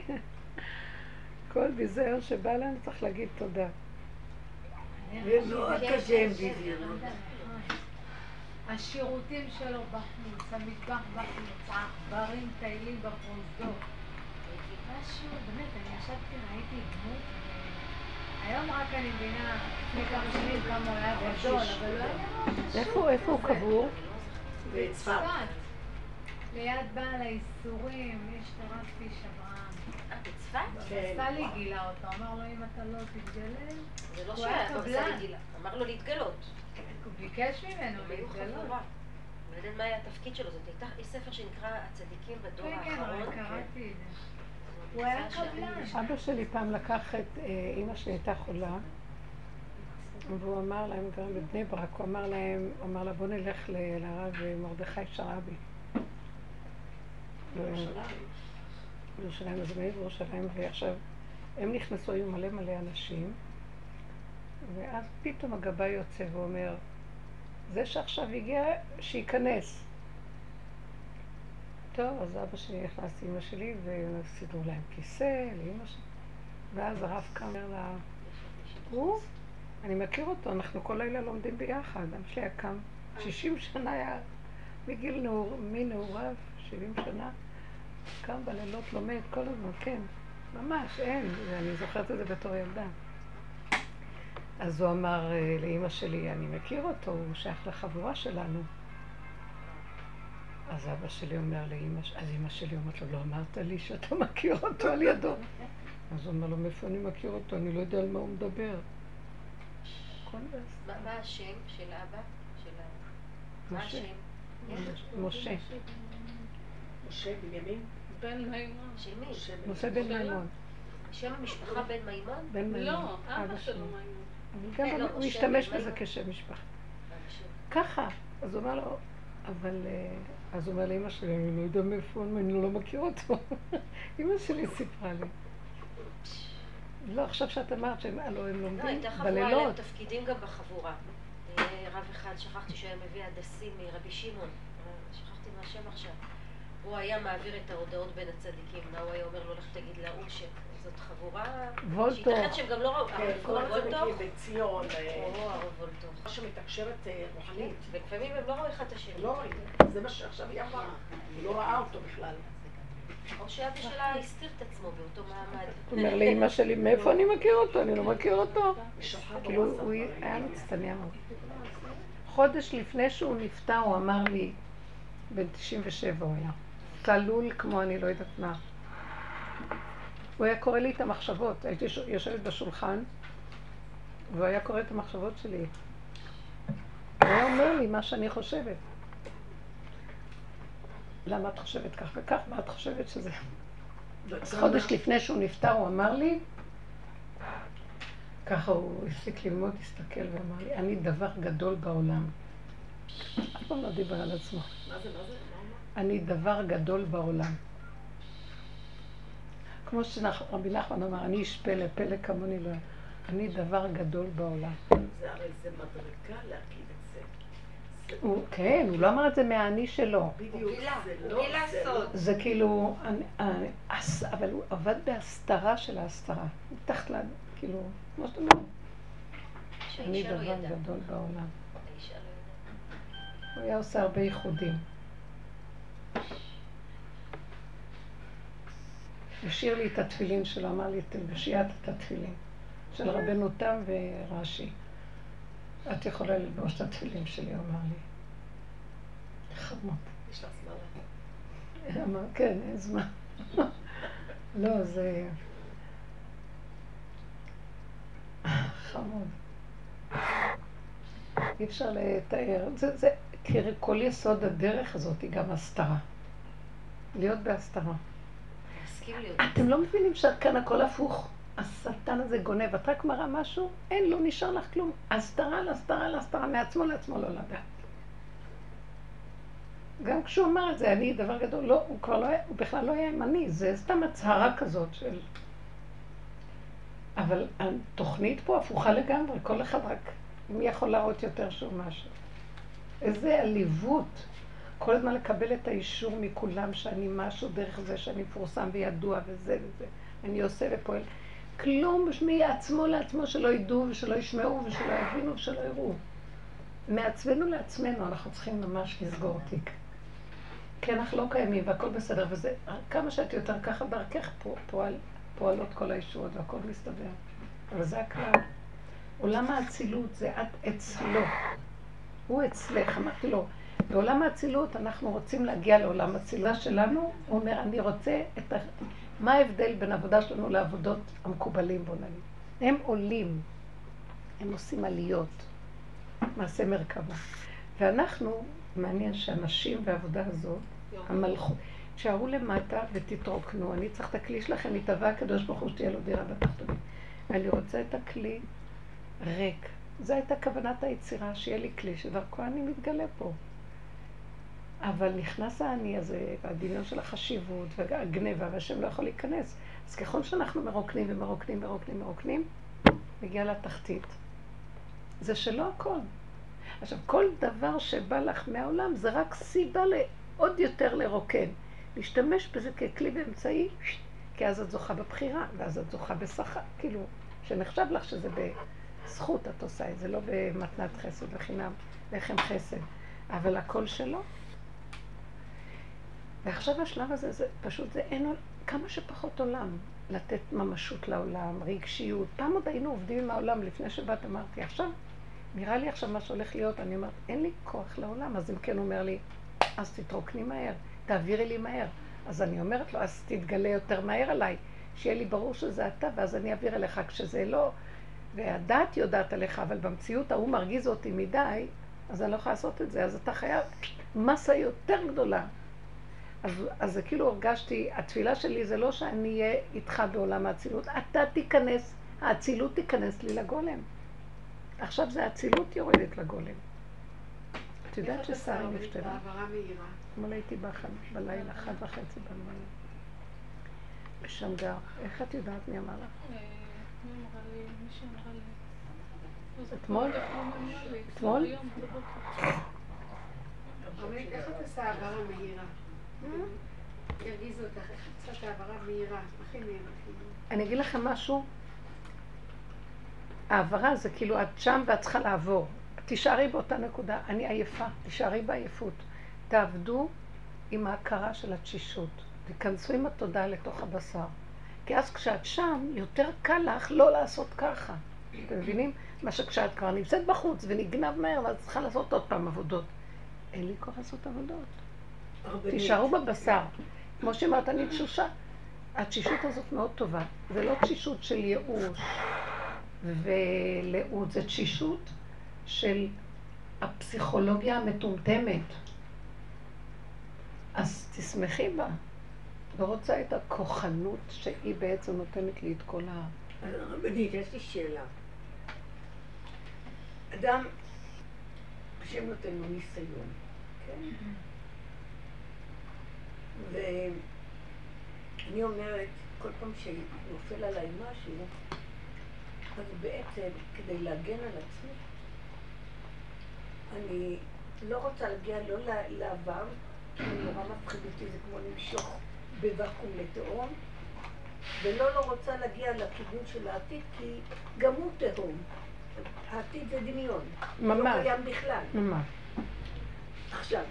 כל ביזיון שבא אלינו צריך להגיד תודה. ומאוד קשה עם ביזיון. השירותים שלו בחוץ, המטבח בחוץ, העכברים טיילים בפרוזדור. משהו, באמת, אני ישבתי, ראיתי דמות, היום רק אני מבינה לפני כמה שנים כמה הוא היה גדול, אבל לא היה איפה, איפה הוא קבור? בצפת. ליד בעל האיסורים, יש את הרב פיש אברהם. אה, בצפת? סלי גילה אותו, אמר לו אם אתה לא תתגלה, זה לא הוא היה שהיה קבלן. גילה, אמר לו להתגלות. הוא ביקש ממנו הם היו להתגלות. חבורה. אני לא יודעת מה היה התפקיד שלו, זאת הייתה, יש ספר שנקרא הצדיקים בדור כן, כן, האחרון. אבל קראתי את זה. הוא היה קבלן. אבא שלי פעם לקח את אמא שלי הייתה חולה, והוא אמר להם, גרים בבני ברק, הוא אמר להם, הוא אמר לה בוא נלך לרב מרדכי שרעבי. בירושלים, אז הם היו בירושלים, ועכשיו הם נכנסו, היו מלא מלא אנשים, ואז פתאום הגבאי יוצא ואומר, זה שעכשיו הגיע, שייכנס. טוב, אז אבא שלי נכנס לאמא שלי, וסידרו להם כיסא לאמא שלי, ואז הרב קם אומר לה, הוא, אני מכיר אותו, אנחנו כל לילה לומדים ביחד, אבא שלי היה קם, שישים שנה היה מגיל נעור, מנעוריו, שבעים שנה, קם בלילות לומד כל הזמן, כן, ממש, אין, ואני זוכרת את זה בתור ילדה. אז הוא אמר לאמא שלי, אני מכיר אותו, הוא שייך לחבורה שלנו. אז אבא שלי אומר לאמא, אז אמא שלי אומרת לו, לא אמרת לי שאתה מכיר אותו על ידו. אז הוא אומר לו, מאיפה אני מכיר אותו? אני לא יודע על מה הוא מדבר. מה השם של אבא? מה השם? משה. משה בנימין? בן מימון. של מי? משה בן מימון. שם המשפחה בן מימון? בן מימון. לא, אבא שלו מימון. אבל גם הוא השתמש בזה כשם משפחה. ככה. אז הוא אומר לו, אבל... אז הוא אומר לאמא שלי, אני לא יודע מאיפה, אני לא מכיר אותו. אמא שלי סיפרה לי. לא, עכשיו שאת אמרת שהם הלוא הם לומדים בלילות. לא, הייתה חבורה, היה להם תפקידים גם בחבורה. רב אחד, שכחתי שהיה מביא הדסים מרבי שמעון, שכחתי מהשם עכשיו. הוא היה מעביר את ההודעות בין הצדיקים, מה הוא היה אומר לו, לך תגיד להוא שזאת חבורה... וולטו. שייתכן שהם גם לא ראו, כן, כל הצדיקים בציון. או, הרב וולטו. שמתקשרת רוחנית. ולפעמים הם לא ראו אחד את השני. לא רואים, זה מה שעכשיו היא אמרה. היא לא ראה אותו בכלל. או שאבא שלה הסתיר את עצמו באותו מעמד. הוא אומר לאמא שלי, מאיפה אני מכיר אותו? אני לא מכיר אותו. כאילו, הוא היה מצטנע מאוד. חודש לפני שהוא נפטר, הוא אמר לי, בן תשעים ושבע הוא היה, צלול כמו אני לא יודעת מה. הוא היה קורא לי את המחשבות, הייתי יושבת בשולחן, והוא היה קורא את המחשבות שלי. הוא היה אומר לי מה שאני חושבת. למה את חושבת כך וכך? מה את חושבת שזה? אז חודש לפני שהוא נפטר הוא אמר לי, ככה הוא הפסיק ללמוד, הסתכל ואמר לי, אני דבר גדול בעולם. אף פעם לא דיבר על עצמו. מה זה, מה זה? אני דבר גדול בעולם. כמו שרבי נחמן אמר, אני איש פלא, פלא כמוני לא. אני דבר גדול בעולם. זה הרי זה מדרגה להגיד את זה. הוא, כן, הוא לא אמר את זה מהאני שלו. בדיוק, זה הוא לא, גילה זה סוד. לא. זה כאילו, אני, אני, אס, אבל הוא עבד בהסתרה של ההסתרה. מתחת לה, כאילו, כמו שאתה אומר, אני שהאישה לא דבר ידעה. גדול בעולם. האישה לא ידעה. הוא היה עושה הרבה ייחודים. השאיר לי את התפילין שלו, אמר לי, תלבשי את את התפילין של רבנו תם ורש"י. את יכולה ללבוש את התפילין שלי, הוא אמר לי. חמוד. יש לך זמן. אמר, כן, אין זמן. לא, זה... חמוד. אי אפשר לתאר. זה, זה, כי כל יסוד הדרך הזאת היא גם הסתרה. להיות בהסתרה. להסכים להיות. אתם לא מבינים שכאן הכל הפוך? השטן הזה גונב, את רק מראה משהו, אין, לא נשאר לך כלום. הסתרה על הסתרה על הסתרה, מעצמו לעצמו לא לדעת. גם כשהוא אמר את זה, אני דבר גדול, לא, הוא כבר לא היה, הוא בכלל לא היה ימני, זה סתם הצהרה כזאת של... אבל התוכנית פה הפוכה לגמרי, כל אחד רק, מי יכול להראות יותר שהוא משהו. איזה עליבות. כל הזמן לקבל את האישור מכולם שאני משהו דרך זה שאני מפורסם וידוע וזה וזה. אני עושה ופועל. כלום מעצמו לעצמו שלא ידעו ושלא ישמעו ושלא יבינו ושלא יראו. מעצמנו לעצמנו אנחנו צריכים ממש לסגור תיק. כי אנחנו לא קיימים והכל בסדר וזה, כמה שאת יותר ככה דרכך פועל, פועלות כל האישורות והכל מסתבר. אבל זה הכלל. עולם האצילות זה את אצלו. הוא אצלך, אמרתי לו. בעולם האצילות אנחנו רוצים להגיע לעולם האצילה שלנו, הוא אומר, אני רוצה את ה... מה ההבדל בין העבודה שלנו לעבודות המקובלים, בוא נגיד? הם עולים, הם עושים עליות, מעשה מרכבה. ואנחנו, מעניין שאנשים בעבודה הזאת, המלכות, תשארו למטה ותתרוקנו, אני צריך את הכלי שלכם, יתבע הקדוש ברוך הוא שתהיה לו דירה בתחתונים. ואני רוצה את הכלי ריק. זו הייתה כוונת היצירה, שיהיה לי כלי שדרכו אני מתגלה פה. אבל נכנס האני הזה, והדמיון של החשיבות, והגניבה, והשם לא יכול להיכנס. אז ככל שאנחנו מרוקנים ומרוקנים, מרוקנים, מרוקנים, מגיע לתחתית. זה שלא הכל. עכשיו, כל דבר שבא לך מהעולם, זה רק סיבה לעוד יותר לרוקן. להשתמש בזה ככלי באמצעי, כי אז את זוכה בבחירה, ואז את זוכה בשכר. כאילו, שנחשב לך שזה בזכות את עושה את זה, לא במתנת חסד וחינם, לחם חסד. אבל הכל שלו. ועכשיו השלב הזה, זה פשוט, זה אין, כמה שפחות עולם, לתת ממשות לעולם, רגשיות. פעם עוד היינו עובדים עם העולם, לפני שבאת אמרתי, עכשיו, נראה לי עכשיו מה שהולך להיות, אני אומרת, אין לי כוח לעולם, אז אם כן הוא אומר לי, אז תתרוקני מהר, תעבירי לי מהר. אז אני אומרת לו, אז תתגלה יותר מהר עליי, שיהיה לי ברור שזה אתה, ואז אני אעביר אליך כשזה לא. והדעת יודעת עליך, אבל במציאות ההוא מרגיז אותי מדי, אז אני לא יכולה לעשות את זה, אז אתה חייב מסה יותר גדולה. אז, אז זה כאילו הרגשתי, התפילה שלי זה לא שאני אהיה איתך בעולם האצילות, אתה תיכנס, האצילות תיכנס לי לגולם. עכשיו זה האצילות יורדת לגולם. את יודעת ששרי נפטרה? בעברה מהירה. אתמול הייתי באחד בלילה, אחת וחצי בלילה. בשמגר. איך את יודעת מי אמר לך? מי אמרה לי, מישהו אמרה לי, אתמול? אתמול? עומד, איך את עושה העברה מהירה? ירגיזו אותך, איך את עושה את העברה מהירה? הכי מהירה. אני אגיד לכם משהו. העברה זה כאילו את שם ואת צריכה לעבור. תישארי באותה נקודה. אני עייפה, תישארי בעייפות. תעבדו עם ההכרה של התשישות. תיכנסו עם התודעה לתוך הבשר. כי אז כשאת שם, יותר קל לך לא לעשות ככה. אתם מבינים? מה שכשאת כבר נמצאת בחוץ ונגנב מהר, ואת צריכה לעשות עוד פעם עבודות. אין לי כוח לעשות עבודות. תישארו בבשר. כמו שאמרת, אני תשושה. התשישות הזאת מאוד טובה. זה לא תשישות של ייאוש ולאות, זה תשישות של הפסיכולוגיה המטומטמת. אז תשמחי בה. לא רוצה את הכוחנות שהיא בעצם נותנת לי את כל ה... רבנית, יש לי שאלה. אדם, השם נותן לו ניסיון, כן? ואני אומרת, כל פעם שנופל עליי משהו, אז בעצם, כדי להגן על עצמי, אני לא רוצה להגיע לא לעבר, כי נורא מפחיד אותי, זה כמו למשוך בוואקום לתהום, ולא לא רוצה להגיע לכיוון של העתיד, כי גם הוא תהום. העתיד זה דמיון. ממש. לא קיים בכלל. ממש. עכשיו,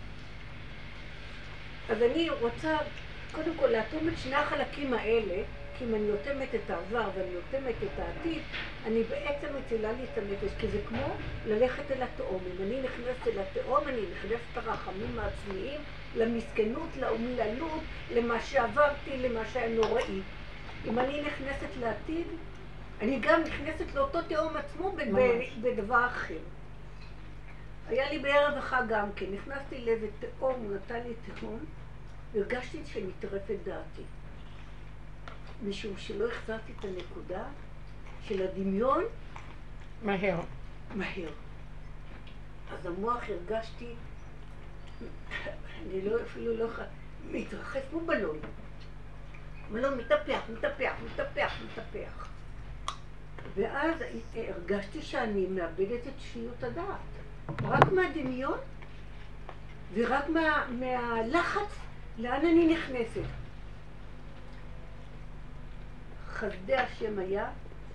אז אני רוצה קודם כל לאטום את שני החלקים האלה, כי אם אני נותמת את העבר ואני נותמת את העתיד, אני בעצם מצילה לי את הנפש, כי זה כמו ללכת אל התאום. אם אני נכנסת אל התאום, אני נכנסת לרחמים העצמיים, למסכנות, לאומללות, למה שעברתי, למה שהיה נוראי. אם אני נכנסת לעתיד, אני גם נכנסת לאותו תאום עצמו בדבר אחר. היה לי בערב אחד גם כן, נכנסתי לאיזה תאום, הוא נתן לי תאום, והרגשתי שנטרפת דעתי. משום שלא החזרתי את הנקודה של הדמיון מהר. מהר. אז המוח הרגשתי, אני לא אפילו לא יכולה, מתרחץ כמו בלון. בלון מתהפך, מתהפך, מתהפך, מתהפך. ואז הרגשתי שאני מאבדת את שפיות הדעת. רק מהדמיון ורק מה, מהלחץ לאן אני נכנסת. חסדי השם היה,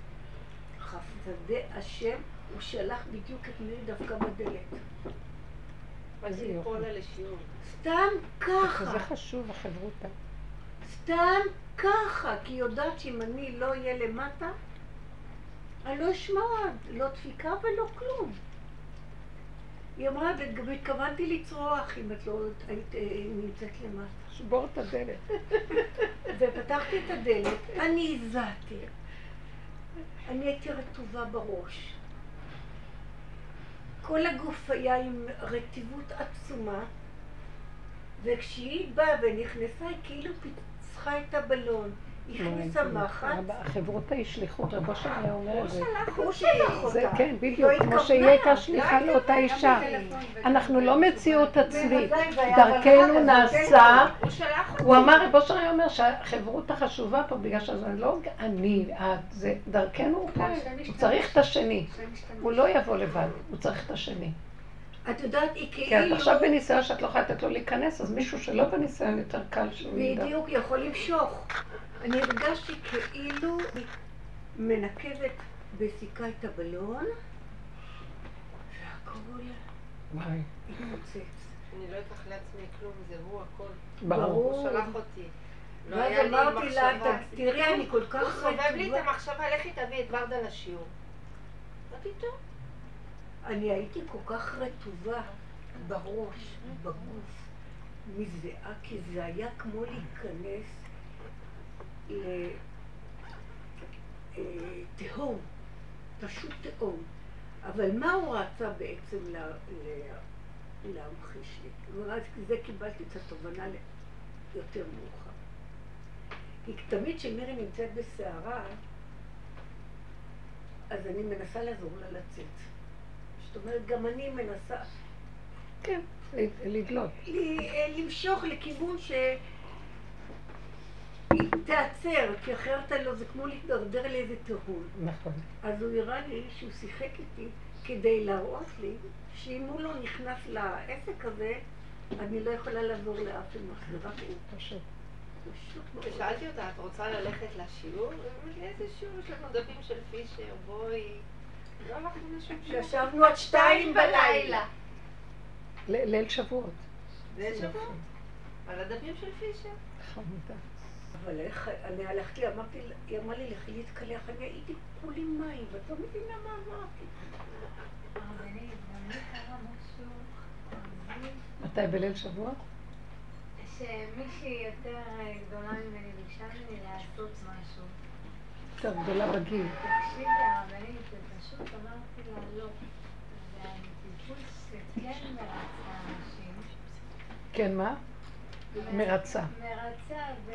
חסדי השם, הוא שלח בדיוק את מי דווקא בדלת. מה זה ליפול על השיעור? סתם ככה. זה חשוב, החברותה. סתם ככה, כי היא יודעת שאם אני לא אהיה למטה, אני לא אשמע, לא דפיקה ולא כלום. היא אמרה, וגם התכוונתי לצרוח אם את לא היית נמצאת למטה. שבור את הדלת. ופתחתי את הדלת, אני הזעתי. אני הייתי רטובה בראש. כל הגוף היה עם רטיבות עצומה, וכשהיא באה ונכנסה, היא כאילו פיצחה את הבלון. היא הכניסה מחץ. החברות ההשליחות, רבו שהיה אומר את זה. הוא שלח אותה. כן, בדיוק, כמו שהיא הייתה שליחה לאותה אישה. אנחנו לא מציאות עצמית. דרכנו נעשה. הוא אמר, רבו שהיה אומר שהחברות החשובה פה, בגלל שזה לא אני, זה דרכנו הוא פה. הוא צריך את השני. הוא לא יבוא לבד, הוא צריך את השני. את יודעת, היא כאילו... כי את עכשיו בניסיון שאת לא יכולה לתת לו להיכנס, אז מישהו שלא בניסיון יותר קל שהוא ידע. בדיוק, יכול למשוך. אני הרגשתי כאילו מנקבת בסיכה את הבלון, והכל התפוצץ. אני לא אקח לעצמי כלום, זה הוא הכל. ברור. הוא שלח אותי. ואז אמרתי לה, תראי, אני כל כך הוא סובב לי את המחשבה, לכי תביא את ורדה לשיעור. מה פתאום? אני הייתי כל כך רטובה בראש, בגוף, מזיעה, כי זה היה כמו להיכנס לתהום, פשוט תהום. אבל מה הוא רצה בעצם להמחיש לי? ואז זה קיבלתי את התובנה יותר מאוחר. כי תמיד כשמירי נמצאת בסערה, אז אני מנסה לעזור לה לצאת. זאת אומרת, גם אני מנסה... כן, לדלות. למשוך לכיוון ש... תעצר, כי אחרת לא, זה כמו להתדרדר לאיזה תהום. נכון. אז הוא הראה לי שהוא שיחק איתי כדי להראות לי שאם הוא לא נכנס לעסק הזה, אני לא יכולה לעזור לאף אחד, זה רק הוא. פשוט. פשוט מאוד. ושאלתי אותה, את רוצה ללכת לשיעור? ואמרתי לי, איזה שיעור? יש לנו דפים של פישר, בואי. לא הלכנו לשום שיעור. ישבנו עד שתיים בלילה. ל- ליל שבועות. ליל שבועות? על הדפים של פישר. חמודה. אבל איך, אני הלכתי, אמרתי, היא אמרה לי, לכי להתקלח, אני הייתי כולי מים, ואת לא מבינה מה אמרתי. הרבנית, גם לי קרה משהו מזיז, מתי בליל שבועות? שמישהי יותר גדולה ממני ביקשה ממני לעשות משהו. יותר גדולה בגיל. תקשיבי הרבנית, ופשוט אמרתי לה לא. ואני טיפוס שכן מרצה אנשים. כן, מה? מרצה. מרצה, ו...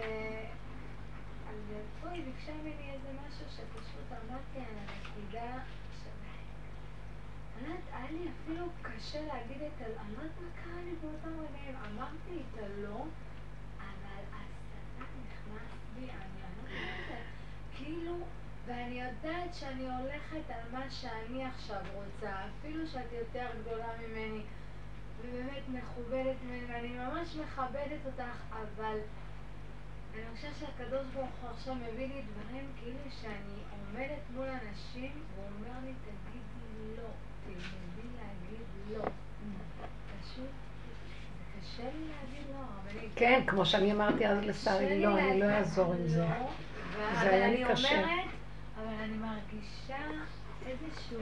ופה היא ביקשה ממני איזה משהו שפשוט אמרתי על הנקודה שלה. אני לא יודעת, היה לי אפילו קשה להגיד את ה... אני לא יודעת מה קרה לי באותם רגעים. אמרתי את הלא, אבל השטן נכנס בי, אני לא יודעת, כאילו, ואני יודעת שאני הולכת על מה שאני עכשיו רוצה, אפילו שאת יותר גדולה ממני. ובאמת מכובדת ממני, ואני ממש מכבדת אותך, אבל אני חושבת שהקדוש ברוך הוא עכשיו מביא לי דברים כאילו שאני עומדת מול אנשים והוא אומר לי, תגידי לא, תלמדי להגיד לא. פשוט, זה קשה לי להגיד לא, אבל אני... כן, כמו שאני אמרתי אז לשרי, לא, אני לא אעזור עם זה. זה היה לי קשה. אבל אני אומרת, אבל אני מרגישה איזשהו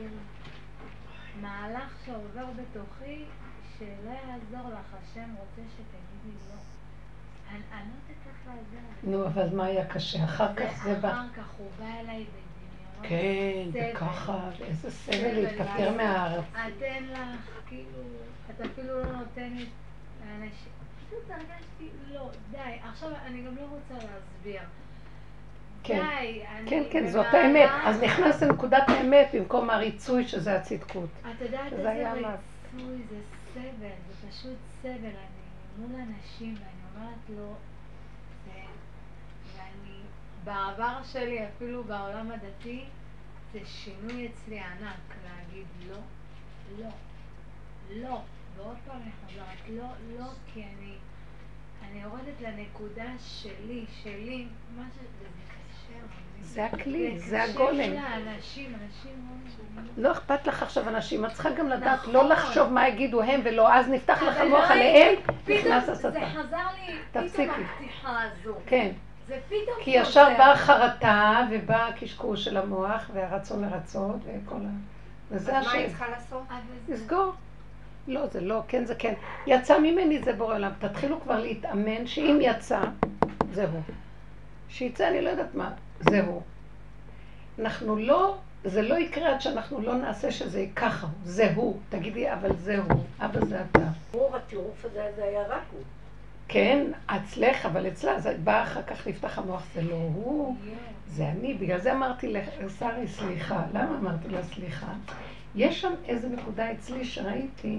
מהלך שעובר בתוכי, שלא יעזור לך, השם רוצה שתגידי לא. אני לא יודעת איך לעזור. נו, אבל מה היה קשה? אחר כך זה בא... אחר כך הוא בא אליי בדמיונות. כן, וככה, ואיזה סבל להתפטר מהארץ. את אין לך, כאילו, את אפילו לא נותנת לאנשים. פשוט הרגשתי, לא, די. עכשיו, אני גם לא רוצה להסביר. כן, די, אני... כן, כן, זאת האמת. אז נכנס לנקודת האמת במקום הריצוי שזה הצדקות. את יודעת זה איזה היה מה. ריצוי, זה סבל, זה פשוט סבל. אני מול אנשים ואני אומרת לו, זה... ואני, בעבר שלי, אפילו בעולם הדתי, זה שינוי אצלי ענק, להגיד לא, לא, לא. ועוד פעם אני חוזרת, לא, לא, כי אני, אני יורדת לנקודה שלי, שלי, מה ש... וזה קשה. זה הכלי, זה קשה הגולם. מול האנשים, אנשים לא מבינים. לא אכפת לך עכשיו אנשים, את צריכה גם לדעת, נכון. לא לחשוב מה יגידו הם ולא, אז נפתח לך אבל המוח לא עליהם, פתאום נכנס זה השטן. חזר לי, תפסיקי. פתאום הפתיחה הזו. כן, זה פתאום כי ישר באה חרטה ובא הקשקוש של המוח והרצון לרצות וכל ה... וזה אז מה היא השם. צריכה לעשות? לסגור. לא, זה לא, כן, זה כן. יצא ממני זה בורא עולם. תתחילו כבר להתאמן שאם יצא, זהו. שיצא, אני לא יודעת מה, זהו. אנחנו לא, זה לא יקרה עד שאנחנו לא נעשה שזה ככה, זהו. תגידי, אבל זהו, אבא זה אתה. רוב הטירוף הזה, זה היה רק הוא. כן, אצלך, אבל אצלה, זה בא אחר כך לפתח המוח, זה לא הוא, זה אני. בגלל זה אמרתי לשרי, סליחה. למה אמרתי לה סליחה? יש שם איזו נקודה אצלי שראיתי,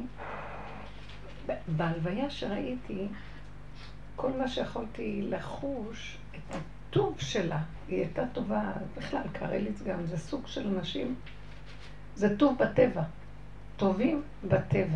בהלוויה שראיתי, כל מה שיכולתי לחוש, את הטוב שלה, היא הייתה טובה, בכלל, קרליץ גם, זה סוג של אנשים, זה טוב בטבע, טובים בטבע.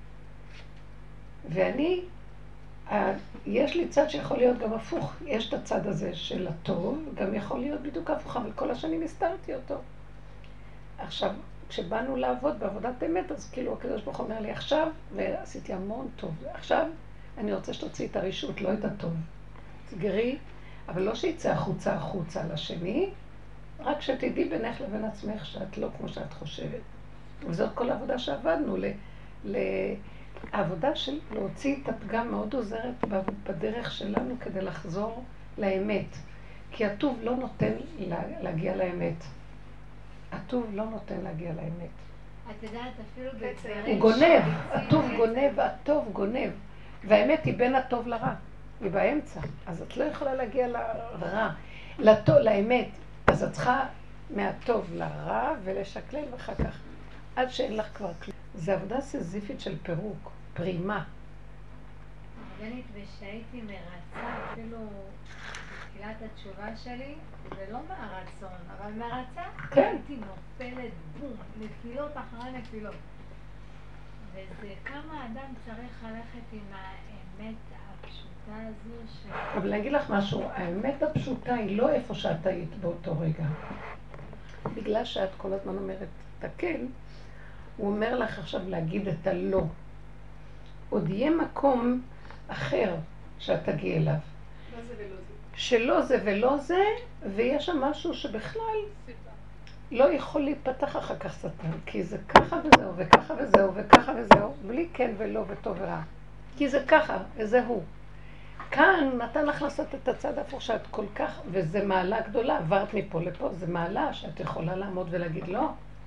ואני, יש לי צד שיכול להיות גם הפוך, יש את הצד הזה של הטוב, גם יכול להיות בדיוק הפוך, אבל כל השנים הסתרתי אותו. עכשיו, כשבאנו לעבוד בעבודת אמת, אז כאילו הקדוש ברוך הוא אומר לי עכשיו, ועשיתי המון טוב. עכשיו אני רוצה שתוציא את הרישות, לא את הטוב. תסגרי, אבל לא שיצא החוצה החוצה לשני, רק שתדעי בינך לבין עצמך שאת לא כמו שאת חושבת. וזאת כל העבודה שעבדנו. ל, ל, העבודה של להוציא את הפגם מאוד עוזרת בדרך שלנו כדי לחזור לאמת. כי הטוב לא נותן להגיע לאמת. הטוב לא נותן להגיע לאמת. את יודעת, אפילו בדברים... הוא גונב, הטוב גונב והטוב גונב. והאמת היא בין הטוב לרע, היא באמצע. אז את לא יכולה להגיע לרע, לטוב, לאמת. אז את צריכה מהטוב לרע ולשקלל ואחר כך, עד שאין לך כבר כלום. זו עבודה סזיפית של פירוק, פרימה. הרבנית, ושהייתי מרצה, אפילו בתחילת התשובה שלי, זה לא מהרצון, אבל מהרצה, כן. הייתי נופלת בום, נפילות אחרי נפילות. וזה כמה אדם צריך ללכת עם האמת הפשוטה הזו ש... אבל אני אגיד לך משהו, האמת הפשוטה היא לא איפה שאת היית באותו רגע. בגלל שאת כל הזמן אומרת, תקל, הוא אומר לך עכשיו להגיד את הלא. עוד יהיה מקום אחר שאת תגיעי אליו. לא זה ולא זה. שלא זה ולא זה, ויש שם משהו שבכלל לא יכול להיפתח אחר כך שטן, כי זה ככה וזהו, וככה וזהו, וככה וזהו, בלי כן ולא וטוב ורע. כי זה ככה, וזה הוא. כאן נתן לך לעשות את הצד ההפוך שאת כל כך, וזה מעלה גדולה, עברת מפה לפה, זה מעלה שאת יכולה לעמוד ולהגיד לא.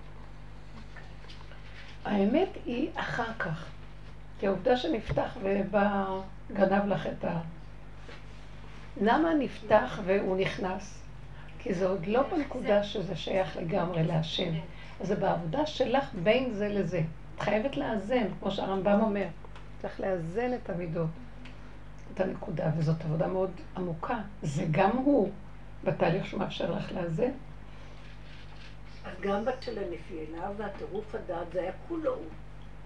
האמת היא אחר כך. כי העובדה שנפתח ובא גנב לך את ה... למה נפתח והוא נכנס? כי זה עוד לא בנקודה שזה שייך לגמרי להשם. אז זה בעבודה שלך בין זה לזה. את חייבת לאזן, כמו שהרמב"ם אומר. צריך לאזן את המידות, את הנקודה, וזאת עבודה מאוד עמוקה. זה גם הוא, בתהליך שמאפשר לך לאזן. אז גם בת של הנפילה והטירוף הדעת זה היה כולו הוא.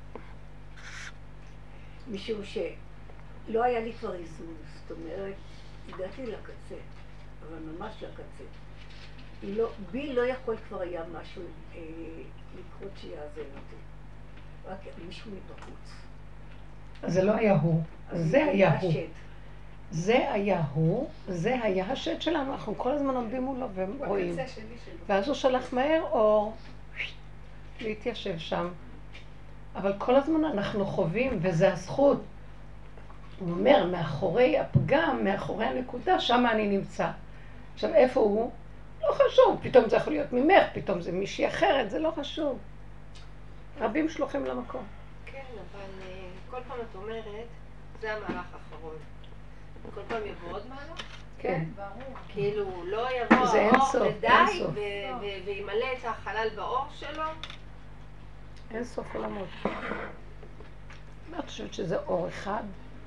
משום שלא היה לי כבר איזון, זאת אומרת, הגעתי לקצה, אבל ממש לקצה. לא, בי לא יכול כבר היה משהו אה, לקרות שיעזן אותי, רק מישהו מבחוץ. אז זה לא היה הוא, זה היה הוא. השד. זה היה הוא, זה היה השד שלנו, אנחנו כל הזמן עומדים מולו ורואים. בקצה שלי שלו. ואז הוא שלח מהר אור להתיישב שם. אבל כל הזמן אנחנו חווים, וזה הזכות. הוא אומר, מאחורי הפגם, מאחורי הנקודה, שם אני נמצא. עכשיו, איפה הוא? לא חשוב, פתאום זה יכול להיות ממך, פתאום זה מישהי אחרת, זה לא חשוב. רבים שלוחים למקום. כן, אבל אה, כל פעם את אומרת, זה המהלך האחרון. כל פעם יבוא עוד מהלך? כן. ברור. כאילו, לא יבוא זה אין האור סוף, ודי, אין סוף. ו- ו- וימלא את החלל באור שלו? אין סוף עולמות. אני חושבת שזה אור אחד.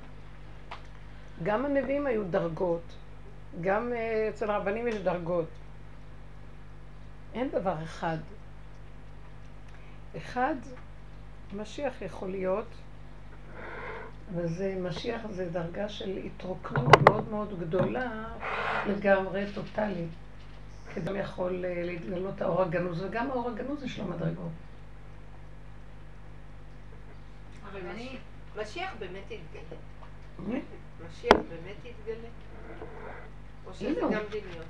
גם הנביאים היו דרגות, גם uh, אצל הרבנים יש דרגות. אין דבר אחד. אחד, משיח יכול להיות, וזה, משיח זה דרגה של התרוקנות מאוד מאוד גדולה, לגמרי טוטלי. כדם יכול uh, להתגלות האור הגנוז, וגם האור הגנוז יש לו מדרגות. אבל אני- משיח באמת יתגלה. באמת? משיח באמת יתגלה? או שזה לא. גם דמיון?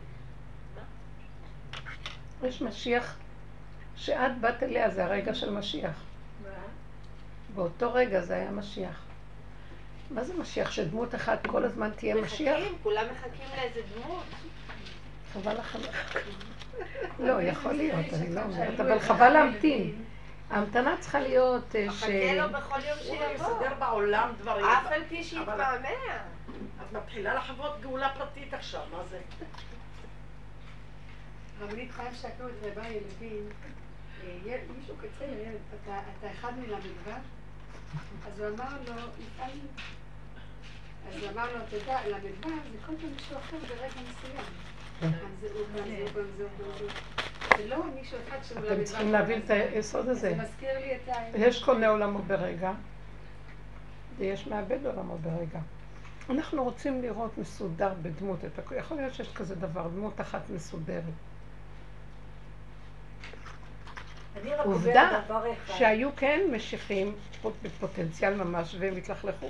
יש משיח שאת באת אליה, זה הרגע של משיח. באותו רגע זה היה משיח. מה זה משיח? שדמות אחת כל הזמן תהיה משיח? מחכים, כולם מחכים לאיזה דמות. חבל לך. לא, יכול להיות, אני לא אומרת, אבל חבל להמתין. ההמתנה צריכה להיות אה, ש... חכה לו בכל יום הוא שיבוא. מסדר בעולם דברים. אף על פי שיתמהמה. את מתחילה לחוות גאולה פרטית עכשיו, מה זה? רבנית חיים שקלו את רבי ילבין, מישהו קצר לילד, אתה אתה אחד מל"ו? אז הוא אמר לו, נפעל. אז הוא אמר לו, אתה יודע, ל"ו זה כל פעם מישהו אחר ברגע מסוים. גם זה הוא, גם זה הוא, גם זה הוא, גם זה הוא. זה לא מישהו אחד שהוא ל"ו. אתם צריכים להבין את היסוד הזה. זה מזכיר לי את ה... יש קונה עולמו ברגע, ויש מאבד עולמו ברגע. אנחנו רוצים לראות מסודר בדמות את הכל. יכול להיות שיש כזה דבר, דמות אחת מסודרת. אני רק עובדה אומרת דבר אחד. שהיו כן משיכים בפוטנציאל ממש והם התלכלכו.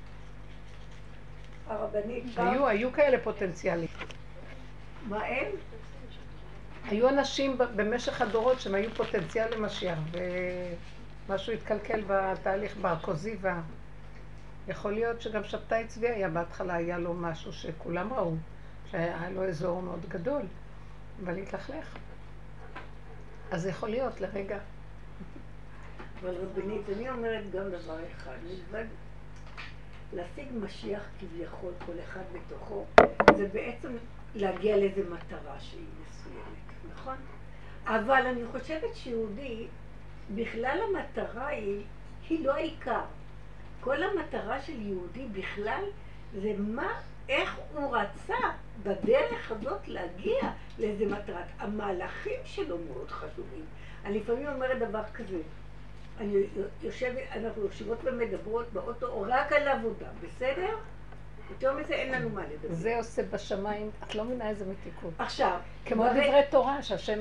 הרבנית, היו, היו כאלה פוטנציאלים. מה הם? היו אנשים ב- במשך הדורות שהם היו פוטנציאל למשיח ומשהו התקלקל בתהליך בארקוזיבה. יכול להיות שגם שבתאי צבי היה בהתחלה, היה לו משהו שכולם ראו, שהיה לו אזור מאוד גדול, אבל התלכלך. אז יכול להיות לרגע. אבל רבנית, אני אומרת גם דבר אחד, מלבד להשיג משיח כביכול, כל אחד בתוכו, זה בעצם להגיע לאיזו מטרה שהיא מסוימת, נכון? אבל אני חושבת שיהודי, בכלל המטרה היא, היא לא העיקר. כל המטרה של יהודי בכלל זה מה, איך הוא רצה בדרך הזאת להגיע לאיזה מטרת. המהלכים שלו מאוד חשובים. אני לפעמים אומרת דבר כזה, אני יושבת, אנחנו יושבות ומדברות באוטו רק על עבודה, בסדר? יותר מזה אין לנו מה לדבר. זה עושה בשמיים, את לא מבינה איזה מתיקות. עכשיו, כמו דברי תורה, שהשם,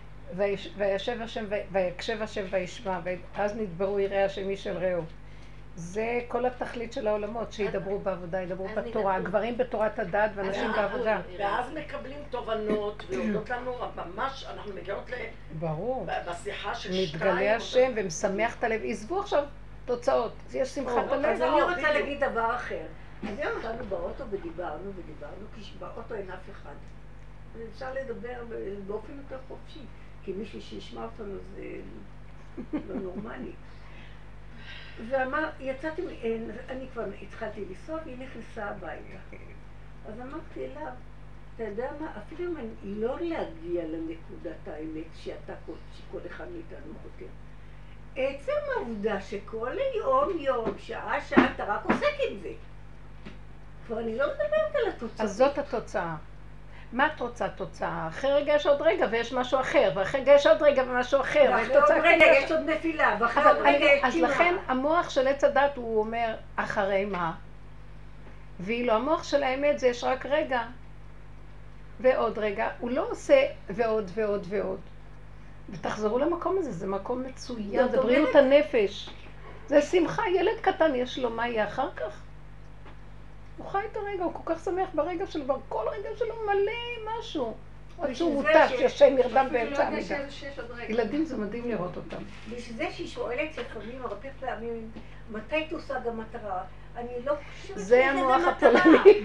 וישב השם, ויקשב השם וישמע, ואז נדברו יראי השם איש אל רעהו. זה כל התכלית של העולמות, שידברו בעבודה, ידברו בתורה, הגברים בתורת הדת ואנשים בעבודה. ואז מקבלים תובנות ויודעות לנו, ממש, אנחנו מגיעות ברור. בשיחה של שתיים. מתגלה השם ומשמח את הלב. עזבו עכשיו תוצאות, יש שמחת הלב. אז אני רוצה להגיד דבר אחר. אז היום אותנו באוטו ודיברנו ודיברנו, כי באוטו אין אף אחד. אפשר לדבר באופן יותר חופשי, כי מישהו שישמע אותנו זה לא נורמלי. ואמר, יצאתי, אני כבר התחלתי לנסוע והיא נכנסה הביתה. אז אמרתי אליו, אתה יודע מה, אפילו אם אני לא להגיע לנקודת האמת שאתה, שכל אחד מאיתנו חותר. עצם העובדה שכל יום יום, שעה שעה, אתה רק עוסק עם זה. כבר אני לא מדברת על התוצאה. אז זאת התוצאה. מה את רוצה תוצאה? אחרי רגע יש עוד רגע ויש משהו אחר, ואחרי רגע יש עוד רגע ומשהו אחר. ואחרי עוד רגע יש עוד נפילה, ואחרי עוד רגע יש אז תינוע. לכן המוח של עץ הדת הוא אומר אחרי מה? ואילו המוח של האמת זה יש רק רגע ועוד רגע. הוא לא עושה ועוד ועוד ועוד. ותחזרו למקום הזה, זה מקום מצוין, זה בריאות הנפש. זה שמחה, ילד קטן יש לו מה יהיה אחר כך? הוא חי את הרגע, הוא כל כך שמח ברגע שלו, כל רגע שלו מלא משהו. עוד שהוא מוטש, ישן נרדם באמצע המידה. ילדים זה מדהים לראות אותם. בשביל זה שהיא שואלת לפעמים, הרבה פעמים, מתי תושג המטרה? אני לא חושבת זה המוח הפולני.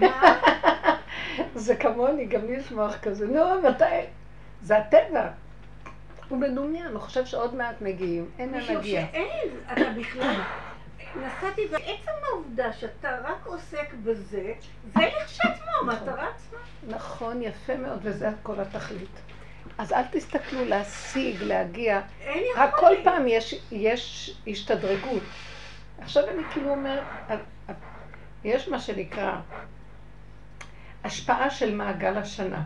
זה כמוני, גם יש מוח כזה. נו, מתי? זה הטבע. הוא מדומיין, הוא חושב שעוד מעט מגיעים. אין מה משום נגיע. שאין, אתה בכלל... נסעתי, ועצם העובדה שאתה רק עוסק בזה, זה לכשעצמו, המטרה עצמה. נכון, יפה מאוד, וזה כל התכלית. אז אל תסתכלו להשיג, להגיע. אין רק כל יכולת. פעם יש, יש השתדרגות. עכשיו אני כאילו אומר, יש מה שנקרא השפעה של מעגל השנה.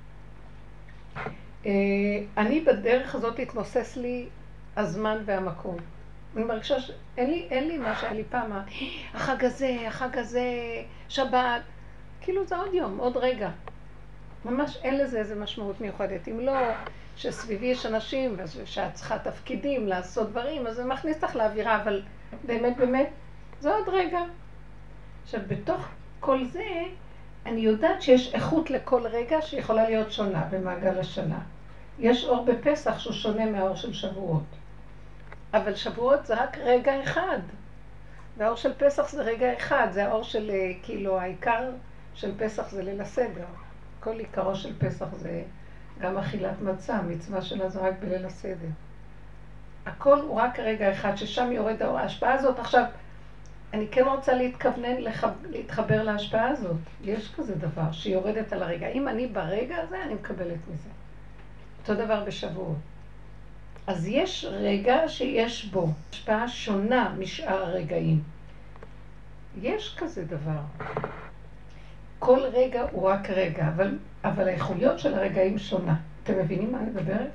אני בדרך הזאת התנוסס לי הזמן והמקום. אני מרגישה שאין לי, אין לי מה שהיה לי פעם, החג הזה, החג הזה, שבת, כאילו זה עוד יום, עוד רגע. ממש אין לזה איזה משמעות מיוחדת. אם לא שסביבי יש אנשים ושאת צריכה תפקידים לעשות דברים, אז זה מכניס לך לאווירה, אבל באמת באמת זה עוד רגע. עכשיו בתוך כל זה אני יודעת שיש איכות לכל רגע שיכולה להיות שונה במעגל השנה. יש אור בפסח שהוא שונה מהאור של שבועות. אבל שבועות זה רק רגע אחד. והאור של פסח זה רגע אחד. זה האור של, כאילו, העיקר של פסח זה ליל הסדר. כל עיקרו של פסח זה גם אכילת מצה, מצווה שלה זה רק בליל הסדר. הכל הוא רק רגע אחד, ששם יורד האור. ההשפעה הזאת עכשיו, אני כן רוצה להתכוונן, להתחבר להשפעה הזאת. יש כזה דבר שיורדת על הרגע. אם אני ברגע הזה, אני מקבלת מזה. אותו דבר בשבועות. אז יש רגע שיש בו השפעה שונה משאר הרגעים. יש כזה דבר. כל רגע הוא רק רגע, אבל, אבל האיכויות של הרגעים שונה. אתם מבינים מה אני מדברת?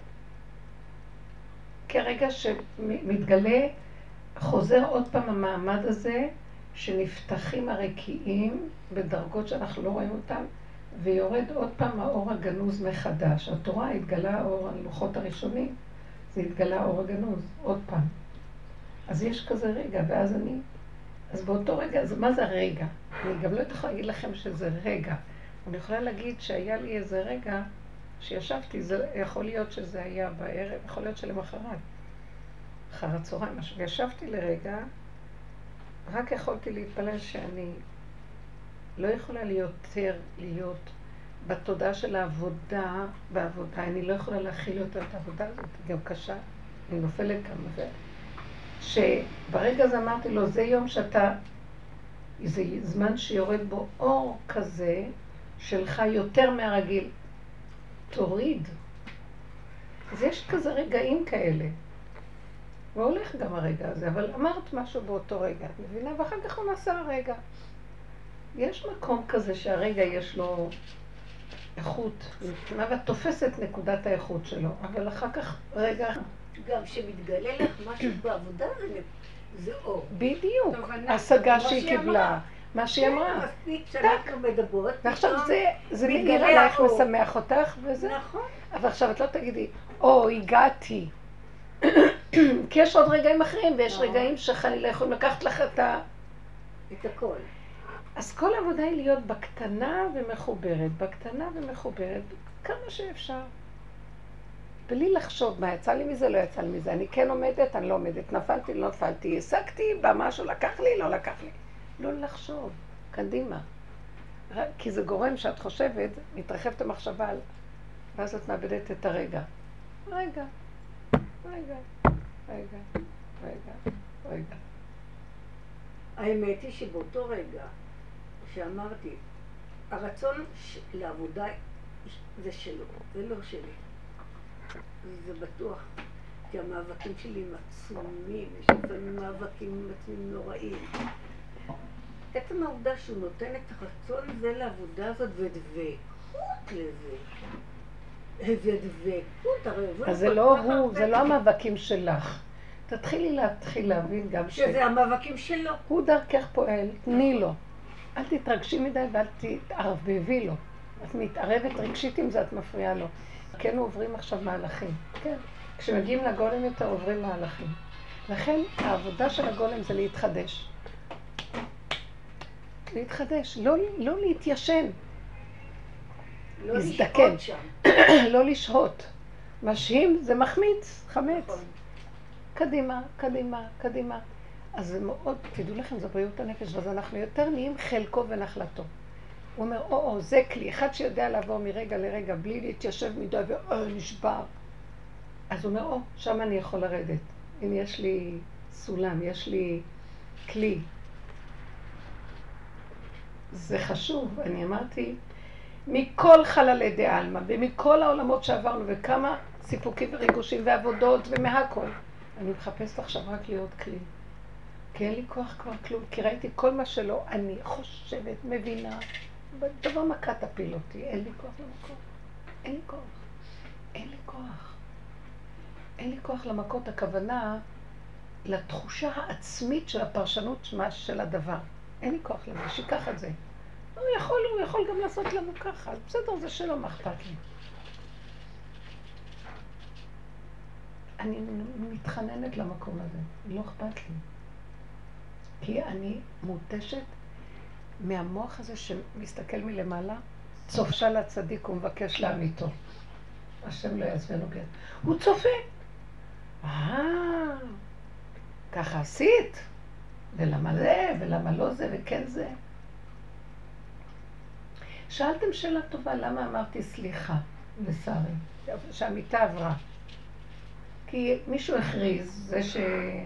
כרגע שמתגלה, חוזר עוד פעם המעמד הזה, שנפתחים הרקיעים בדרגות שאנחנו לא רואים אותם, ויורד עוד פעם האור הגנוז מחדש. התורה התגלה האור הלוחות הראשונים. זה התגלה אור הגנוז, עוד פעם. אז יש כזה רגע, ואז אני... אז באותו רגע, אז מה זה הרגע? אני גם לא יכולה להגיד לכם שזה רגע. אני יכולה להגיד שהיה לי איזה רגע שישבתי, זה יכול להיות שזה היה בערב, יכול להיות שלמחרת, אחר הצהריים, משהו. וישבתי לרגע, רק יכולתי להתפלל שאני לא יכולה ליותר להיות בתודעה של העבודה, בעבודה, אני לא יכולה להכיל יותר את העבודה הזאת, היא גם קשה, אני נופלת כמה זה. שברגע הזה אמרתי לו, זה יום שאתה, זה זמן שיורד בו אור כזה, שלך יותר מהרגיל, תוריד. אז יש כזה רגעים כאלה. והולך גם הרגע הזה, אבל אמרת משהו באותו רגע, את מבינה? ואחר כך הוא נעשה הרגע. יש מקום כזה שהרגע יש לו איכות, ואת תופסת נקודת האיכות שלו, אבל אחר כך, רגע, גם שמתגלה לך משהו בעבודה זה, זה אור. בדיוק, תובנה. השגה מה שהיא שהיא קיבלה, אמרה. מה שהיא אמרה. כן, מספיק שאנחנו מדברות, ועכשיו פתאום זה, זה מתגלה מאיר עלייך, האור. משמח אותך, וזה. נכון. אבל עכשיו את לא תגידי, או, הגעתי. כי יש עוד רגעים אחרים, ויש רגעים שחלילה יכולים לקחת לך את ה... את הכל. אז כל העבודה היא להיות בקטנה ומחוברת, בקטנה ומחוברת, כמה שאפשר. בלי לחשוב מה יצא לי מזה, לא יצא לי מזה. אני כן עומדת, אני לא עומדת, נפלתי, לא נפלתי, השגתי, בא משהו, לקח לי, לא לקח לי. לא לחשוב, קדימה. כי זה גורם שאת חושבת, מתרחבת המחשבה, ואז את מאבדת את הרגע. רגע, רגע, רגע, רגע, רגע. האמת היא שבאותו רגע שאמרתי, הרצון ש... לעבודה זה שלו, זה לא שלי. זה בטוח, כי המאבקים שלי הם עצומים, יש לפעמים מאבקים עצומים נוראים. עצם העובדה שהוא נותן את הרצון הזה לעבודה הזאת ודבקות לזה. ודבקות, הרי אז זה לא הוא, זה לא המאבקים שלך. תתחילי להתחיל להבין גם ש... שזה המאבקים שלו. הוא דרכך פועל, תני לו. אל תתרגשי מדי ואל תתערבבי לו. את מתערבת רגשית עם זה, את מפריעה לו. כן, עוברים עכשיו מהלכים. כן. כשמגיעים לגולם יותר עוברים מהלכים. לכן העבודה של הגולם זה להתחדש. להתחדש, לא, לא להתיישן. לא להזדקן. לשהות שם. לא לשהות. משהים זה מחמיץ, חמץ. נכון. קדימה, קדימה, קדימה. אז זה מאוד, תדעו לכם, זה בריאות הנפש, ואז אנחנו יותר נהיים חלקו ונחלתו. הוא אומר, או, או, זה כלי, אחד שיודע לעבור מרגע לרגע, בלי להתיישב מדי ואו, נשבר. אז הוא אומר, או, שם אני יכול לרדת. אם יש לי סולם, יש לי כלי. זה חשוב, אני אמרתי, מכל חללי דעלמא, ומכל העולמות שעברנו, וכמה סיפוקים וריגושים ועבודות ומהכל. אני מחפשת עכשיו רק להיות כלי. כי אין לי כוח כבר כלום, כי ראיתי כל מה שלא, אני חושבת, מבינה, דבר מכה תפיל אותי, אין לי כוח למקום. אין לי כוח. אין לי כוח. אין לי כוח למכות, הכוונה לתחושה העצמית של הפרשנות של הדבר. אין לי כוח לזה, שיקח את זה. הוא יכול, הוא יכול גם לעשות לנו ככה, אז בסדר, זה שלא, מה אכפת לי. אני מתחננת למקום הזה, לא אכפת לי. כי אני מותשת מהמוח הזה שמסתכל מלמעלה, צופשה לצדיק ומבקש להמיתו. השם לא יעזבנו ביד. הוא צופה. אה, ככה עשית? ולמה זה, ולמה לא זה, וכן זה. שאלתם שאלה טובה, למה אמרתי סליחה לשרי, שהמיטה עברה. כי מישהו הכריז, זה ש...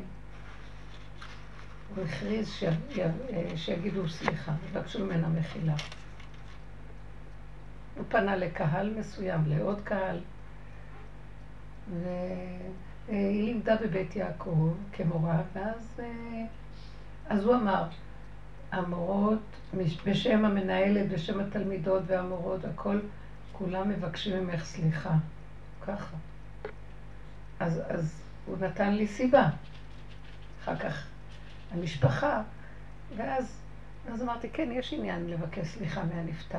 הוא הכריז ש... שיגידו סליחה, ובקשו ממנה מחילה. הוא פנה לקהל מסוים, לעוד קהל, והיא לימדה בבית יעקב כמורה, ואז אז הוא אמר, המורות, בשם המנהלת, בשם התלמידות והמורות, הכל, כולם מבקשים ממך סליחה. ככה. אז, אז הוא נתן לי סיבה. אחר כך המשפחה, ואז, אז אמרתי, כן, יש עניין לבקש סליחה מהנפטר.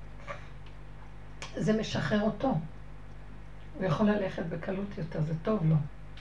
זה משחרר אותו. הוא יכול ללכת בקלות יותר, זה טוב לו.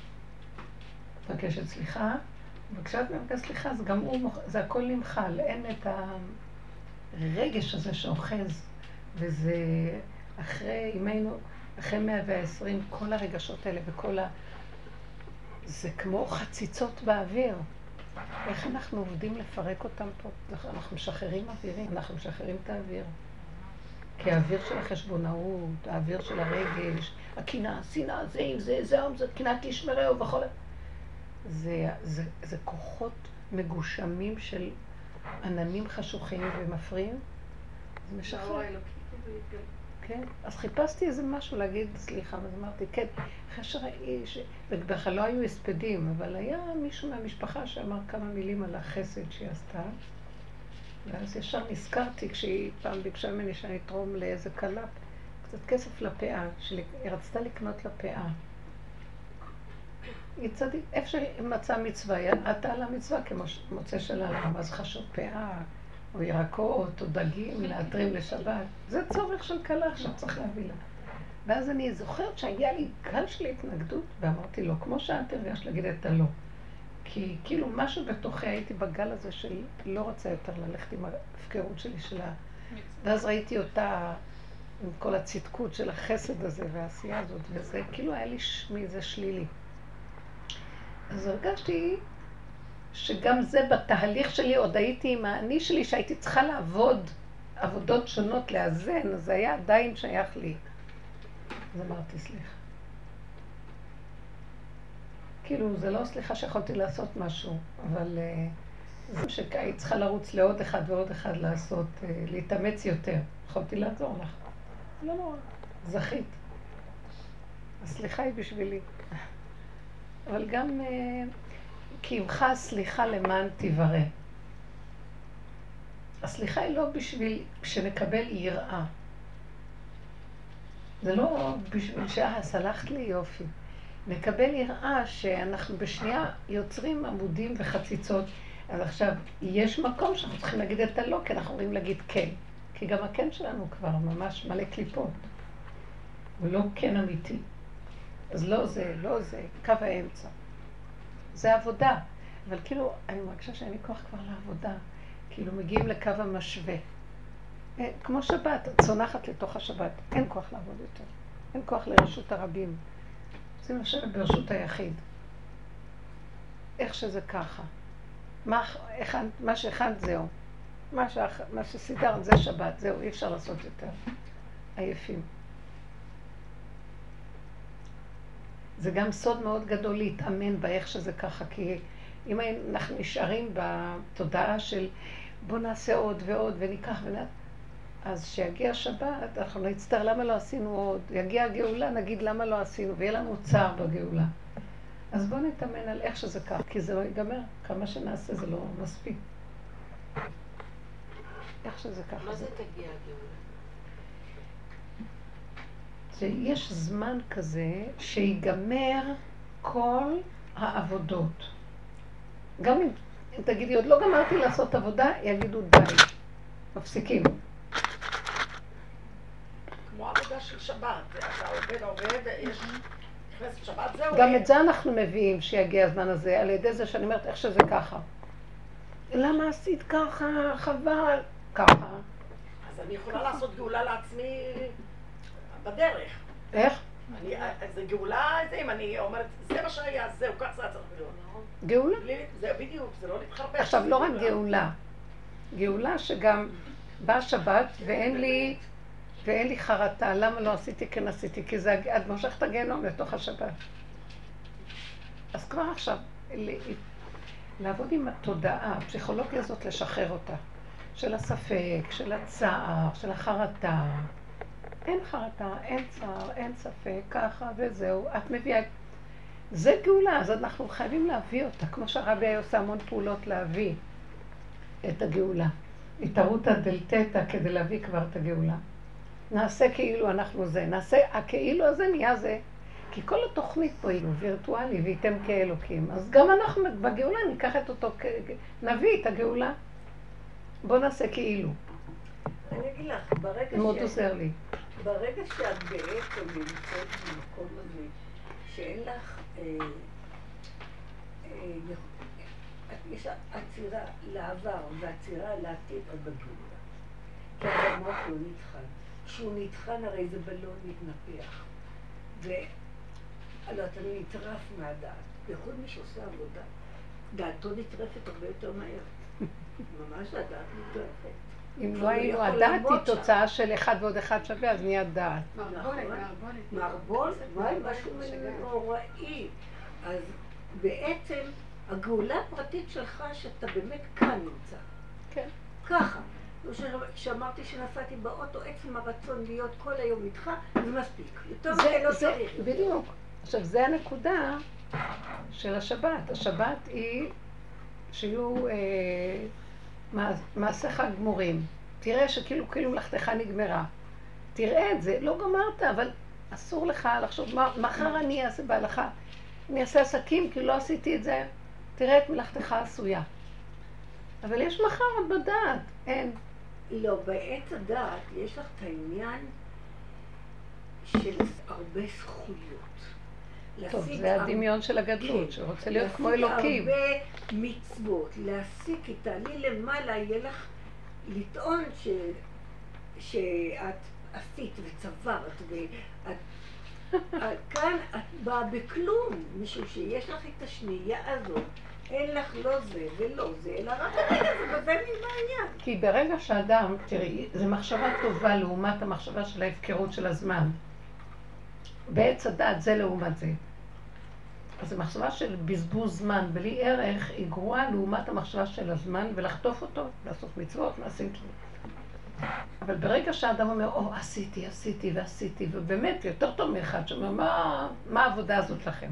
מבקשת סליחה, וכשאת מבקשת סליחה, אז גם הוא, זה הכל נמחל, אין את הרגש הזה שאוחז, וזה אחרי ימינו, אחרי מאה ועשרים, כל הרגשות האלה וכל ה... זה כמו חציצות באוויר. איך אנחנו עובדים לפרק אותם פה? אנחנו משחררים אווירים, אנחנו משחררים את האוויר. כי האוויר של החשבונאות, האוויר של הרגש, הקנאה, השנאה, זה עם זה, זה עם זה, קנאת תשמרהו וכל... זה, זה, זה כוחות מגושמים של עננים חשוכים ומפריעים. זה משחרר. כן, אז חיפשתי איזה משהו להגיד סליחה, אז אמרתי, כן, אחרי שראי, ש... ובכלל לא היו הספדים, אבל היה מישהו מהמשפחה שאמר כמה מילים על החסד שהיא עשתה, ואז ישר נזכרתי כשהיא פעם ביקשה ממני שאני אתרום לאיזה קלאפ, קצת כסף לפאה, שהיא רצתה לקנות לפאה. היא צדיק, איפה שהיא מצאה מצווה, היא עטה על המצווה כמו מוצא של העולם, אז חשוב פאה, או ירקות, או דגים, להתרים לשבת. זה צורך של קלה עכשיו, צריך להביא לה. ואז אני זוכרת שהיה לי גל של התנגדות, ואמרתי לו, כמו שאת הרגשת להגיד את הלא. כי כאילו משהו בתוכי, הייתי בגל הזה של לא רוצה יותר ללכת עם ההפקרות שלי שלה. ואז ראיתי אותה עם כל הצדקות של החסד הזה והעשייה הזאת, וזה כאילו היה לי מזה שלילי. אז הרגשתי שגם זה בתהליך שלי, עוד הייתי עם האני שלי שהייתי צריכה לעבוד עבודות שונות לאזן, אז זה היה עדיין שייך לי. אז אמרתי סליחה. כאילו זה לא סליחה שיכולתי לעשות משהו, אבל uh, זה שהייתי צריכה לרוץ לעוד אחד ועוד אחד לעשות, uh, להתאמץ יותר. יכולתי לעזור לך. לא נורא, זכית. הסליחה היא בשבילי. אבל גם uh, כי עמך הסליחה למען תברא. הסליחה היא לא בשביל שנקבל יראה. זה לא בשביל שאה, סלחת לי יופי. נקבל יראה שאנחנו בשנייה יוצרים עמודים וחציצות. אז עכשיו, יש מקום שאנחנו צריכים להגיד את הלא, כי אנחנו אומרים להגיד כן. כי גם הכן שלנו כבר ממש מלא קליפות. הוא לא כן אמיתי. אז לא זה, לא זה, קו האמצע. זה עבודה. אבל כאילו, אני מרגישה שאין לי כוח כבר לעבודה. כאילו, מגיעים לקו המשווה. כמו שבת, צונחת לתוך השבת. אין כוח לעבוד יותר. אין כוח לרשות הרבים. רוצים לשבת ברשות היחיד. איך שזה ככה. מה, איך, מה שהכנת זהו. מה, שאח, מה שסידרת זה שבת. זהו, אי אפשר לעשות יותר. עייפים. זה גם סוד מאוד גדול להתאמן באיך שזה ככה, כי אם אנחנו נשארים בתודעה של בוא נעשה עוד ועוד וניקח ונעשה, אז שיגיע שבת, אנחנו לא נצטער למה לא עשינו עוד, יגיע הגאולה, נגיד למה לא עשינו, ויהיה לנו צער בגאולה. אז בואו נתאמן על איך שזה כך, כי זה לא ייגמר, כמה שנעשה זה לא מספיק. איך שזה ככה. מה זה תגיע הגאולה? שיש זמן כזה שיגמר כל העבודות. גם אם, אם תגידי, עוד לא גמרתי לעשות עבודה, יגידו די. מפסיקים. כמו עבודה של שבת, אתה עובד, עובד, יש נכנסת שבת, זהו. גם את זה אנחנו מביאים שיגיע הזמן הזה, על ידי זה שאני אומרת איך שזה ככה. למה עשית ככה? חבל. ככה. אז אני יכולה לעשות גאולה לעצמי בדרך. איך? אני, זה גאולה, זה אם אני אומרת, זה מה שהיה, זהו, כך זה היה צריך להיות. גאולה? זה בדיוק, זה לא להתחרבש. עכשיו, לא רק גאולה. גאולה שגם באה שבת ואין לי, ואין לי חרטה, למה לא עשיתי כן עשיתי, כי זה, את מושכת הגיהנום לתוך השבת. אז כבר עכשיו, לעבוד עם התודעה, הפסיכולוגיה הזאת לשחרר אותה, של הספק, של הצער, של החרטה. אין חרטה, אין צער, אין ספק, ככה וזהו, את מביאה. זה גאולה, אז אנחנו חייבים להביא אותה, כמו שהרבי היה עושה המון פעולות להביא את הגאולה. התערותא דלתתא כדי להביא כבר את הגאולה. נעשה כאילו אנחנו זה, נעשה, הכאילו הזה נהיה זה. כי כל התוכנית פה היא וירטואלי וייתם כאלוקים. אז גם אנחנו בגאולה ניקח את אותו, נביא את הגאולה. בוא נעשה כאילו. אני אגיד לך, ברגע מאוד עוזר לי. ברגע שאת בעצם נמצאת במקום הזה, שאין לך, אה, אה, יש עצירה לעבר ועצירה לעתיד על בגאולה. כי המוח לא נטחן. כשהוא נטחן הרי זה בלון מתנפח. ולא, אתה נטרף מהדעת. בכל מי שעושה עבודה, דעתו נטרפת הרבה יותר מהר. ממש הדעת נטרפת. אם לא היינו, הדעת היא תוצאה של אחד ועוד אחד שווה, אז נהיה דעת. מערבולת, מערבולת. מערבולת, משהו נוראי. אז בעצם הגאולה הפרטית שלך שאתה באמת כאן נמצא. כן. ככה. כשאמרתי שנסעתי באוטו, עצם הרצון להיות כל היום איתך, זה מספיק. יותר מזה לא צריך. בדיוק. עכשיו, זה הנקודה של השבת. השבת היא שיהיו אה, מעשיך גמורים. תראה שכאילו כאילו מלאכתך נגמרה. תראה את זה, לא גמרת, אבל אסור לך לחשוב, מה, מחר אני אעשה בהלכה, אני אעשה עסקים כי לא עשיתי את זה, תראה את מלאכתך עשויה. אבל יש מחר עוד בדעת, אין. לא, בעת הדעת יש לך את העניין של הרבה זכויות. טוב, להשיג זה הר- הדמיון של הגדלות, כן. שרוצה להיות כמו להשיג אלוקים. הרבה מצוות, להשיג, כי תעלי למעלה, יהיה לך לטעון ש... שאת עשית וצברת, ואת... כאן את באה בכלום, משום שיש לך את השנייה הזאת, אין לך לא זה ולא זה, אלא רק הרגע זה בזה נגמר העניין. כי ברגע שאדם, תראי, זו מחשבה טובה לעומת המחשבה של ההפקרות של הזמן. בעץ הדעת זה לעומת זה. אז המחשבה של בזבוז זמן בלי ערך היא גרועה לעומת המחשבה של הזמן ולחטוף אותו, לעשות מצוות, מעשים טובים. אבל ברגע שהאדם אומר, או, עשיתי, עשיתי ועשיתי, ובאמת יותר טוב מאחד שאומר, מה, מה העבודה הזאת לכם?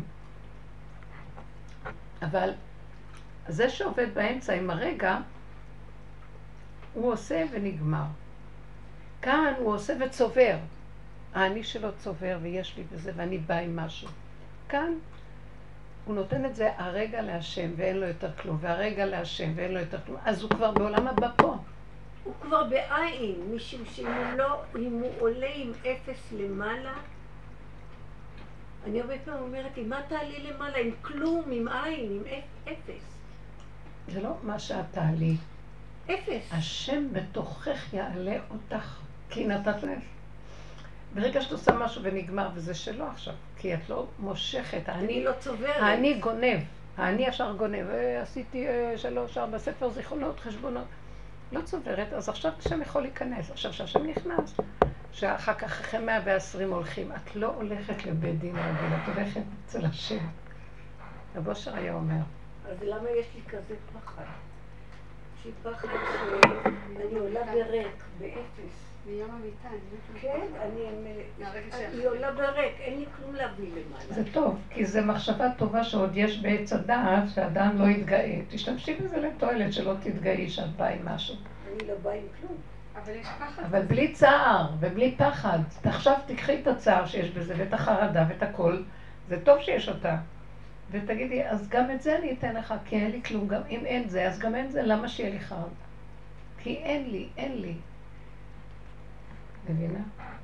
אבל זה שעובד באמצע עם הרגע, הוא עושה ונגמר. כאן הוא עושה וצובר. האני שלו צובר ויש לי בזה ואני בא עם משהו. כאן הוא נותן את זה הרגע להשם ואין לו יותר כלום, והרגע להשם ואין לו יותר כלום. אז הוא כבר בעולם הבא פה. הוא כבר בעין, משום שאם הוא לא, אם הוא עולה עם אפס למעלה, אני הרבה פעמים אומרת, אם מה תעלי למעלה? עם כלום, עם עין, עם אפ- אפס. זה לא מה שאת תעלי. אפס. השם בתוכך יעלה אותך, כי נתת לב. ברגע שאת עושה משהו ונגמר, וזה שלא עכשיו, כי את לא מושכת, אני אני, לא צוברת. אני גונב, אני ישר גונב, אה, עשיתי אה, שלוש, ארבע, ספר זיכרונות, חשבונות, לא צוברת, אז עכשיו השם יכול להיכנס, עכשיו שהשם נכנס, שאחר כך אחרי מאה ועשרים הולכים, את לא הולכת לבית דין רגיל, את הולכת אצל השם. רב אושר היה אומר, אז למה יש לי כזה פחד? יש לי פחד שאני עולה בריק, באפס. מיום המיטה, אני יודעת. כן, אני... מהרגע אני שאחרי. עולה בריק, אין לי כלום להביא למעלה. זה טוב, כי זה מחשבה טובה שעוד יש בעץ הדעת, שאדם לא יתגאה. תשתמשי בזה לתועלת שלא תתגאי שאת באה עם משהו. אני לא באה עם כלום. אבל יש פחד. אבל בלי צער ובלי פחד. עכשיו תקחי את הצער שיש בזה ואת החרדה ואת הכל. זה טוב שיש אותה. ותגידי, אז גם את זה אני אתן לך, כי אין לי כלום. גם אם אין זה, אז גם אין זה, למה שיהיה לי חרדה? כי אין לי, אין לי. מבינה?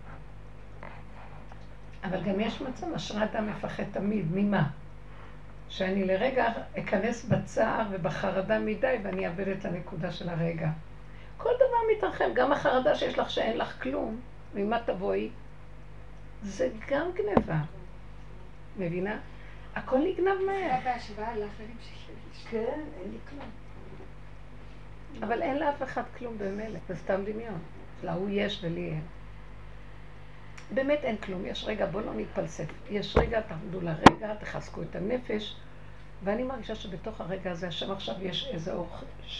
אבל גם יש מצב, השראת המפחד תמיד, ממה? שאני לרגע אכנס בצער ובחרדה מדי ואני אאבד את הנקודה של הרגע. כל דבר מתרחב, גם החרדה שיש לך שאין לך כלום, ממה תבואי, זה גם גניבה. מבינה? הכל נגנב מהר. זה בהשוואה לאחרים שלי. כן, אין לי כלום. אבל אין לאף אחד כלום במלך, זה סתם דמיון. להוא יש ולי אין. באמת אין כלום, יש רגע, בוא לא נתפלסף. יש רגע, תעמדו לרגע, תחזקו את הנפש, ואני מרגישה שבתוך הרגע הזה, השם עכשיו יש איזה אור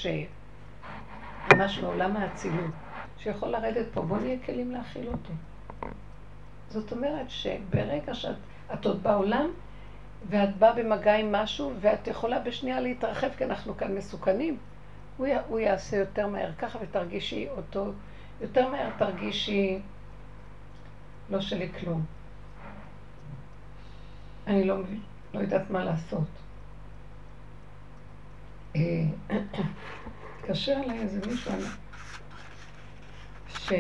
שממש מעולם האצילות, שיכול לרדת פה, בוא נהיה כלים להכיל אותו. זאת אומרת שברגע שאת את עוד בעולם, ואת באה במגע עם משהו, ואת יכולה בשנייה להתרחב, כי אנחנו כאן מסוכנים, הוא, י, הוא יעשה יותר מהר ככה, ותרגישי אותו, יותר מהר תרגישי לא שלי כלום. אני לא, לא יודעת מה לעשות. התקשר אליי איזה מישהו, ש...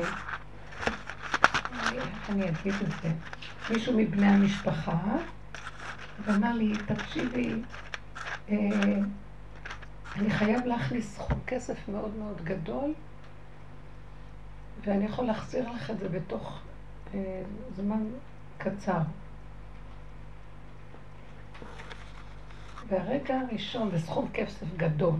איך אני אגיד את זה? מישהו מבני המשפחה, ואמר לי, תקשיבי, אה, אני חייב להכניס סכום כסף מאוד מאוד גדול, ואני יכול להחזיר לך את זה בתוך אה, זמן קצר. והרגע הראשון, בסכום כסף גדול,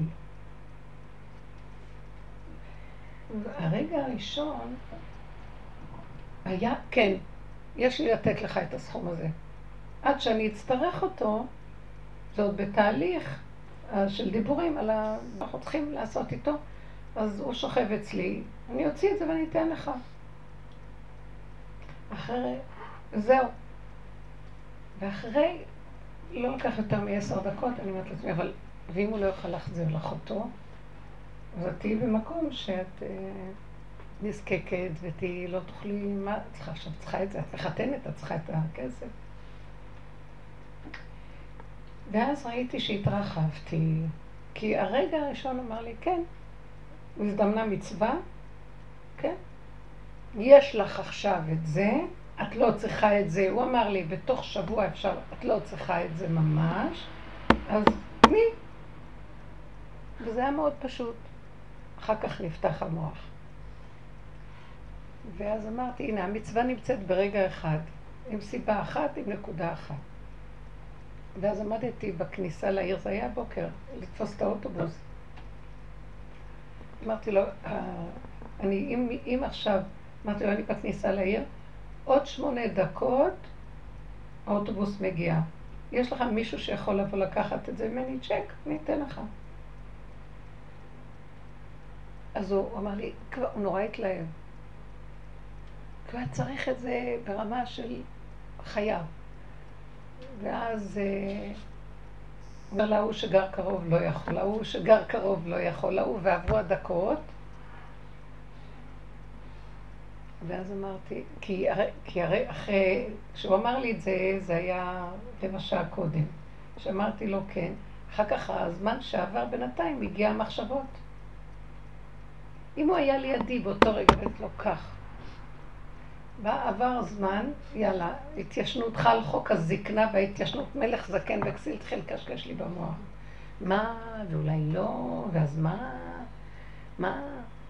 הרגע הראשון היה, כן, יש לי לתת לך את הסכום הזה. עד שאני אצטרך אותו, זה עוד בתהליך של דיבורים על ה... אנחנו צריכים לעשות איתו, אז הוא שוכב אצלי, אני אוציא את זה ואני אתן לך. אחרי, זהו. ואחרי, לא לקח יותר מעשר דקות, אני אומרת לעצמי, אבל ואם הוא לא יוכל להחזיר לך אותו, אז את תהיי במקום שאת... נזקקת ותהי לא תוכלי, מה, צריכה עכשיו, צריכה את זה, את מחתנת, את צריכה את הכסף. ואז ראיתי שהתרחבתי, כי הרגע הראשון אמר לי, כן, הזדמנה מצווה, כן, יש לך עכשיו את זה, את לא צריכה את זה, הוא אמר לי, בתוך שבוע אפשר, את לא צריכה את זה ממש, אז תני. וזה היה מאוד פשוט. אחר כך נפתח המוח. ואז אמרתי, הנה, המצווה נמצאת ברגע אחד, עם סיבה אחת, עם נקודה אחת. ואז עמדתי בכניסה לעיר, זה היה בוקר, לתפוס את האוטובוס. אמרתי לו, אני, אם, אם עכשיו, אמרתי לו, אני בכניסה לעיר, עוד שמונה דקות, האוטובוס מגיע. יש לך מישהו שיכול לבוא לקחת את זה ממני? צ'ק, אני אתן לך. אז הוא אמר לי, הוא נורא התלהב. כי הוא היה צריך את זה ברמה של חייו. ואז הוא אומר להוא שגר קרוב לא יכול, להוא שגר קרוב לא יכול, להוא, ועברו הדקות. ואז אמרתי, כי הרי, כי הרי אחרי, כשהוא אמר לי את זה, זה היה רבע שעה קודם. שאמרתי לו כן, אחר כך הזמן שעבר בינתיים הגיע המחשבות. אם הוא היה לידי באותו רגע, ואת לו כך. עבר זמן, יאללה, התיישנות חל חוק הזקנה וההתיישנות מלך זקן וכסיל תחיל קשקש לי במוח. מה, ואולי לא, ואז מה, מה?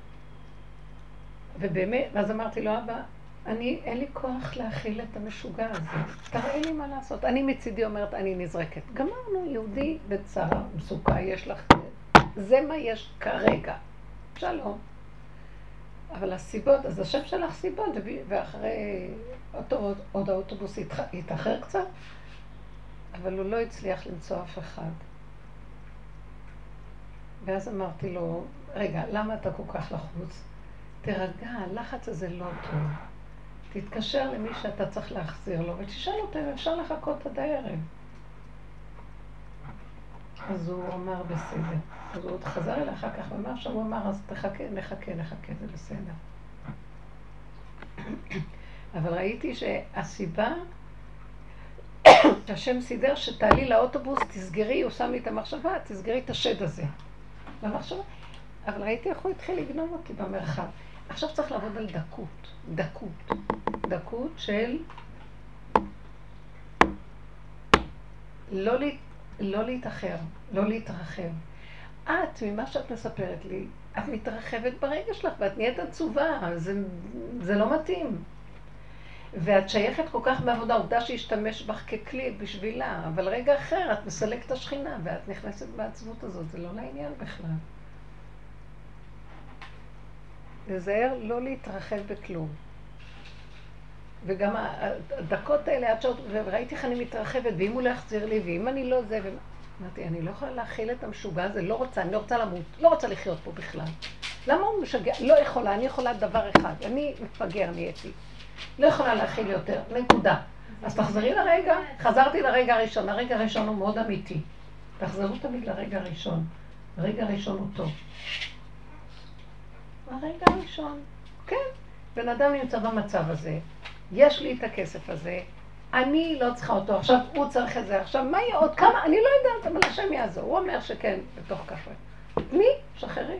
ובאמת, ואז אמרתי לו, אבא, אני, אין לי כוח להכיל את המשוגע הזה. תראה לי מה לעשות. אני מצידי אומרת, אני נזרקת. גמרנו, יהודי בצרה, מסוכה, יש לך... זה מה יש כרגע. שלום. אבל הסיבות, אז השם שלך סיבות, ואחרי אותו, עוד האוטובוס התאחר קצת, אבל הוא לא הצליח למצוא אף אחד. ואז אמרתי לו, רגע, למה אתה כל כך לחוץ? תרגע, הלחץ הזה לא טוב. תתקשר למי שאתה צריך להחזיר לו, ותשאל אותו אם אפשר לחכות עד הערב. אז הוא אמר בסדר. אז הוא עוד חזר אליי אחר כך, ואמר שהוא אמר, אז תחכה, נחכה, נחכה, זה בסדר. אבל ראיתי שהסיבה, שהשם סידר שתעלי לאוטובוס, תסגרי, הוא שם לי את המחשבה, תסגרי את השד הזה. במחשבה. אבל ראיתי איך הוא התחיל לגנוב אותי במרחב. עכשיו צריך לעבוד על דקות, דקות, דקות של לא, לה, לא להתאחר, לא להתרחב. את, ממה שאת מספרת לי, את מתרחבת ברגע שלך ואת נהיית עצובה, זה, זה לא מתאים. ואת שייכת כל כך בעבודה, עובדה שהשתמש בך ככלי בשבילה, אבל רגע אחר את מסלקת השכינה ואת נכנסת בעצבות הזאת, זה לא לעניין בכלל. לזהר לא להתרחב בכלום. וגם הדקות האלה, עד שעות, וראיתי איך אני מתרחבת, ואם הוא לא יחזיר לי, ואם אני לא זה, אמרתי, אני לא יכולה להכיל את המשוגע הזה, לא רוצה, אני לא רוצה למות, לא רוצה לחיות פה בכלל. למה הוא משגע? לא יכולה, אני יכולה דבר אחד, אני מפגר נהייתי. לא יכולה להכיל יותר, נקודה. אז תחזרי לרגע, חזרתי לרגע הראשון, הרגע הראשון הוא מאוד אמיתי. תחזרו תמיד לרגע הראשון, הרגע הראשון הוא טוב. הרגע הראשון, כן, בן אדם נמצא במצב הזה, יש לי את הכסף הזה, אני לא צריכה אותו, עכשיו הוא צריך את זה, עכשיו מה יהיה עוד כמה, אני לא יודעת, אבל השם יעזור, הוא אומר שכן, בתוך ככה. מי? שחררי.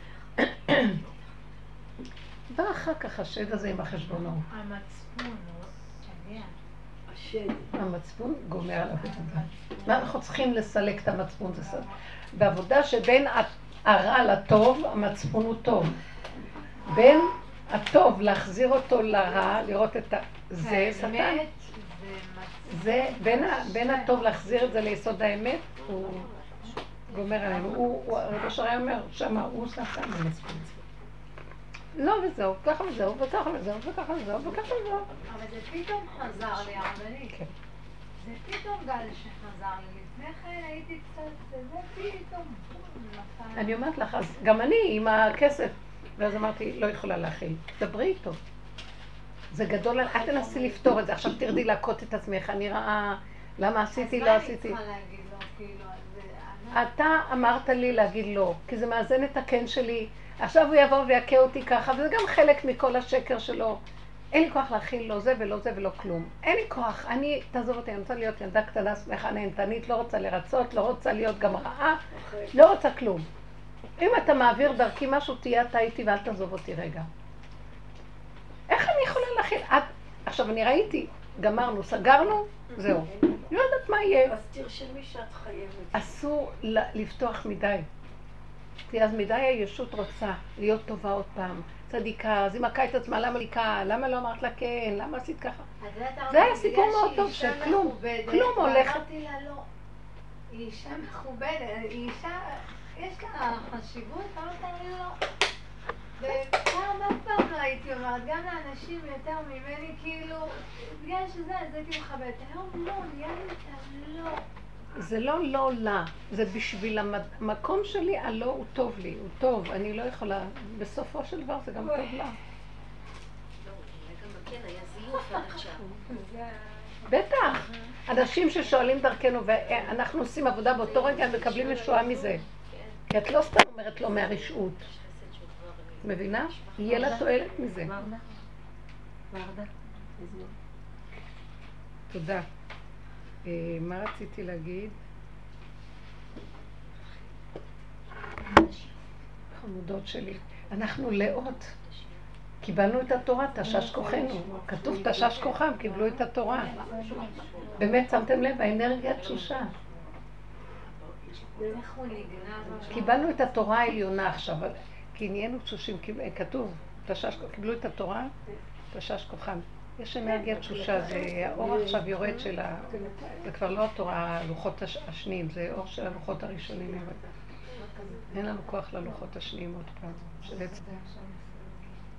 ואחר כך השד הזה עם החשבונות. המצפון, שגע. השד. המצפון גומר על עבודה. מה אנחנו צריכים לסלק את המצפון? זה סדר. בעבודה שבין הרע לטוב, המצפון הוא טוב. בין הטוב להחזיר אותו לרע, לראות את ה... זה שטן. זה בין הטוב להחזיר את זה ליסוד האמת, הוא גומר עלינו. הוא, הרב השרי אומר, שמה, הוא שטן במצפון. לא וזהו, ככה וזהו, וככה וזהו, וככה וזהו, וככה וזהו. אבל זה פתאום חזר לי, הרבנית. כן. זה פתאום גל שחזר לי. לפני כן הייתי קצת, זה פתאום נפל. אני אומרת לך, אז גם אני עם הכסף, ואז אמרתי, לא יכולה להכיל. דברי איתו. זה גדול, אל תנסי לפתור את זה. עכשיו תרדי להכות את עצמך, אני ראה, למה עשיתי, לא עשיתי. אז מה אני צריכה להגיד לו, כאילו, אז... אתה אמרת לי להגיד לא, כי זה מאזן את הכן שלי. עכשיו הוא יבוא ויכה אותי ככה, וזה גם חלק מכל השקר שלו. אין לי כוח להכיל לא זה ולא זה ולא כלום. אין לי כוח, אני, תעזוב אותי, אני רוצה להיות ילדה קטנה, שמחה, נהנתנית, לא רוצה לרצות, לא רוצה להיות גם רעה, לא רוצה כלום. אם אתה מעביר דרכי משהו, תהיה אתה איתי ואל תעזוב אותי רגע. איך אני יכולה להכיל? את... עכשיו אני ראיתי, גמרנו, סגרנו, זהו. לא יודעת מה יהיה. אז תרשמי שאת חייבת. אסור לפתוח מדי. כי אז מדי הישות רוצה להיות טובה עוד פעם. צדיקה, אז היא מכה את עצמה, למה ליקה? למה לא אמרת לה כן? למה עשית ככה? זה היה סיפור מאוד טוב שכלום, כלום הולך. אמרתי לה לא, היא אישה מכובדת, היא אישה, יש לה חשיבות, אמרתי לה לא. וכמה פעם לא הייתי אומרת, גם לאנשים יותר ממני, כאילו, בגלל שזה, אז הייתי מכבדת. היום לא, נהיה לי את הלא. זה לא לא לה, זה בשביל המקום שלי, הלא הוא טוב לי, הוא טוב, אני לא יכולה, בסופו של דבר זה גם טוב לה. לא, גם בכן היה זיוף עד עכשיו. בטח, אנשים ששואלים דרכנו ואנחנו עושים עבודה באותו רגע, הם מקבלים ישועה מזה. כי את לא סתם אומרת לו מהרשעות. מבינה? יהיה לה תועלת מזה. תודה. מה רציתי להגיד? חמודות שלי. אנחנו לאות. קיבלנו את התורה, תשש כוחנו. כתוב תשש כוחם, קיבלו את התורה. באמת, שמתם לב, האנרגיה תשושה. קיבלנו את התורה העליונה עכשיו, כי נהיינו תשושים, כתוב, קיבלו את התורה, תשש כוחם. יש אנרגיה תשושה, זה האור עכשיו יורד של ה... זה כבר לא התורה, הלוחות השניים, זה אור של הלוחות הראשונים יורד. אין לנו כוח ללוחות השניים עוד פעם.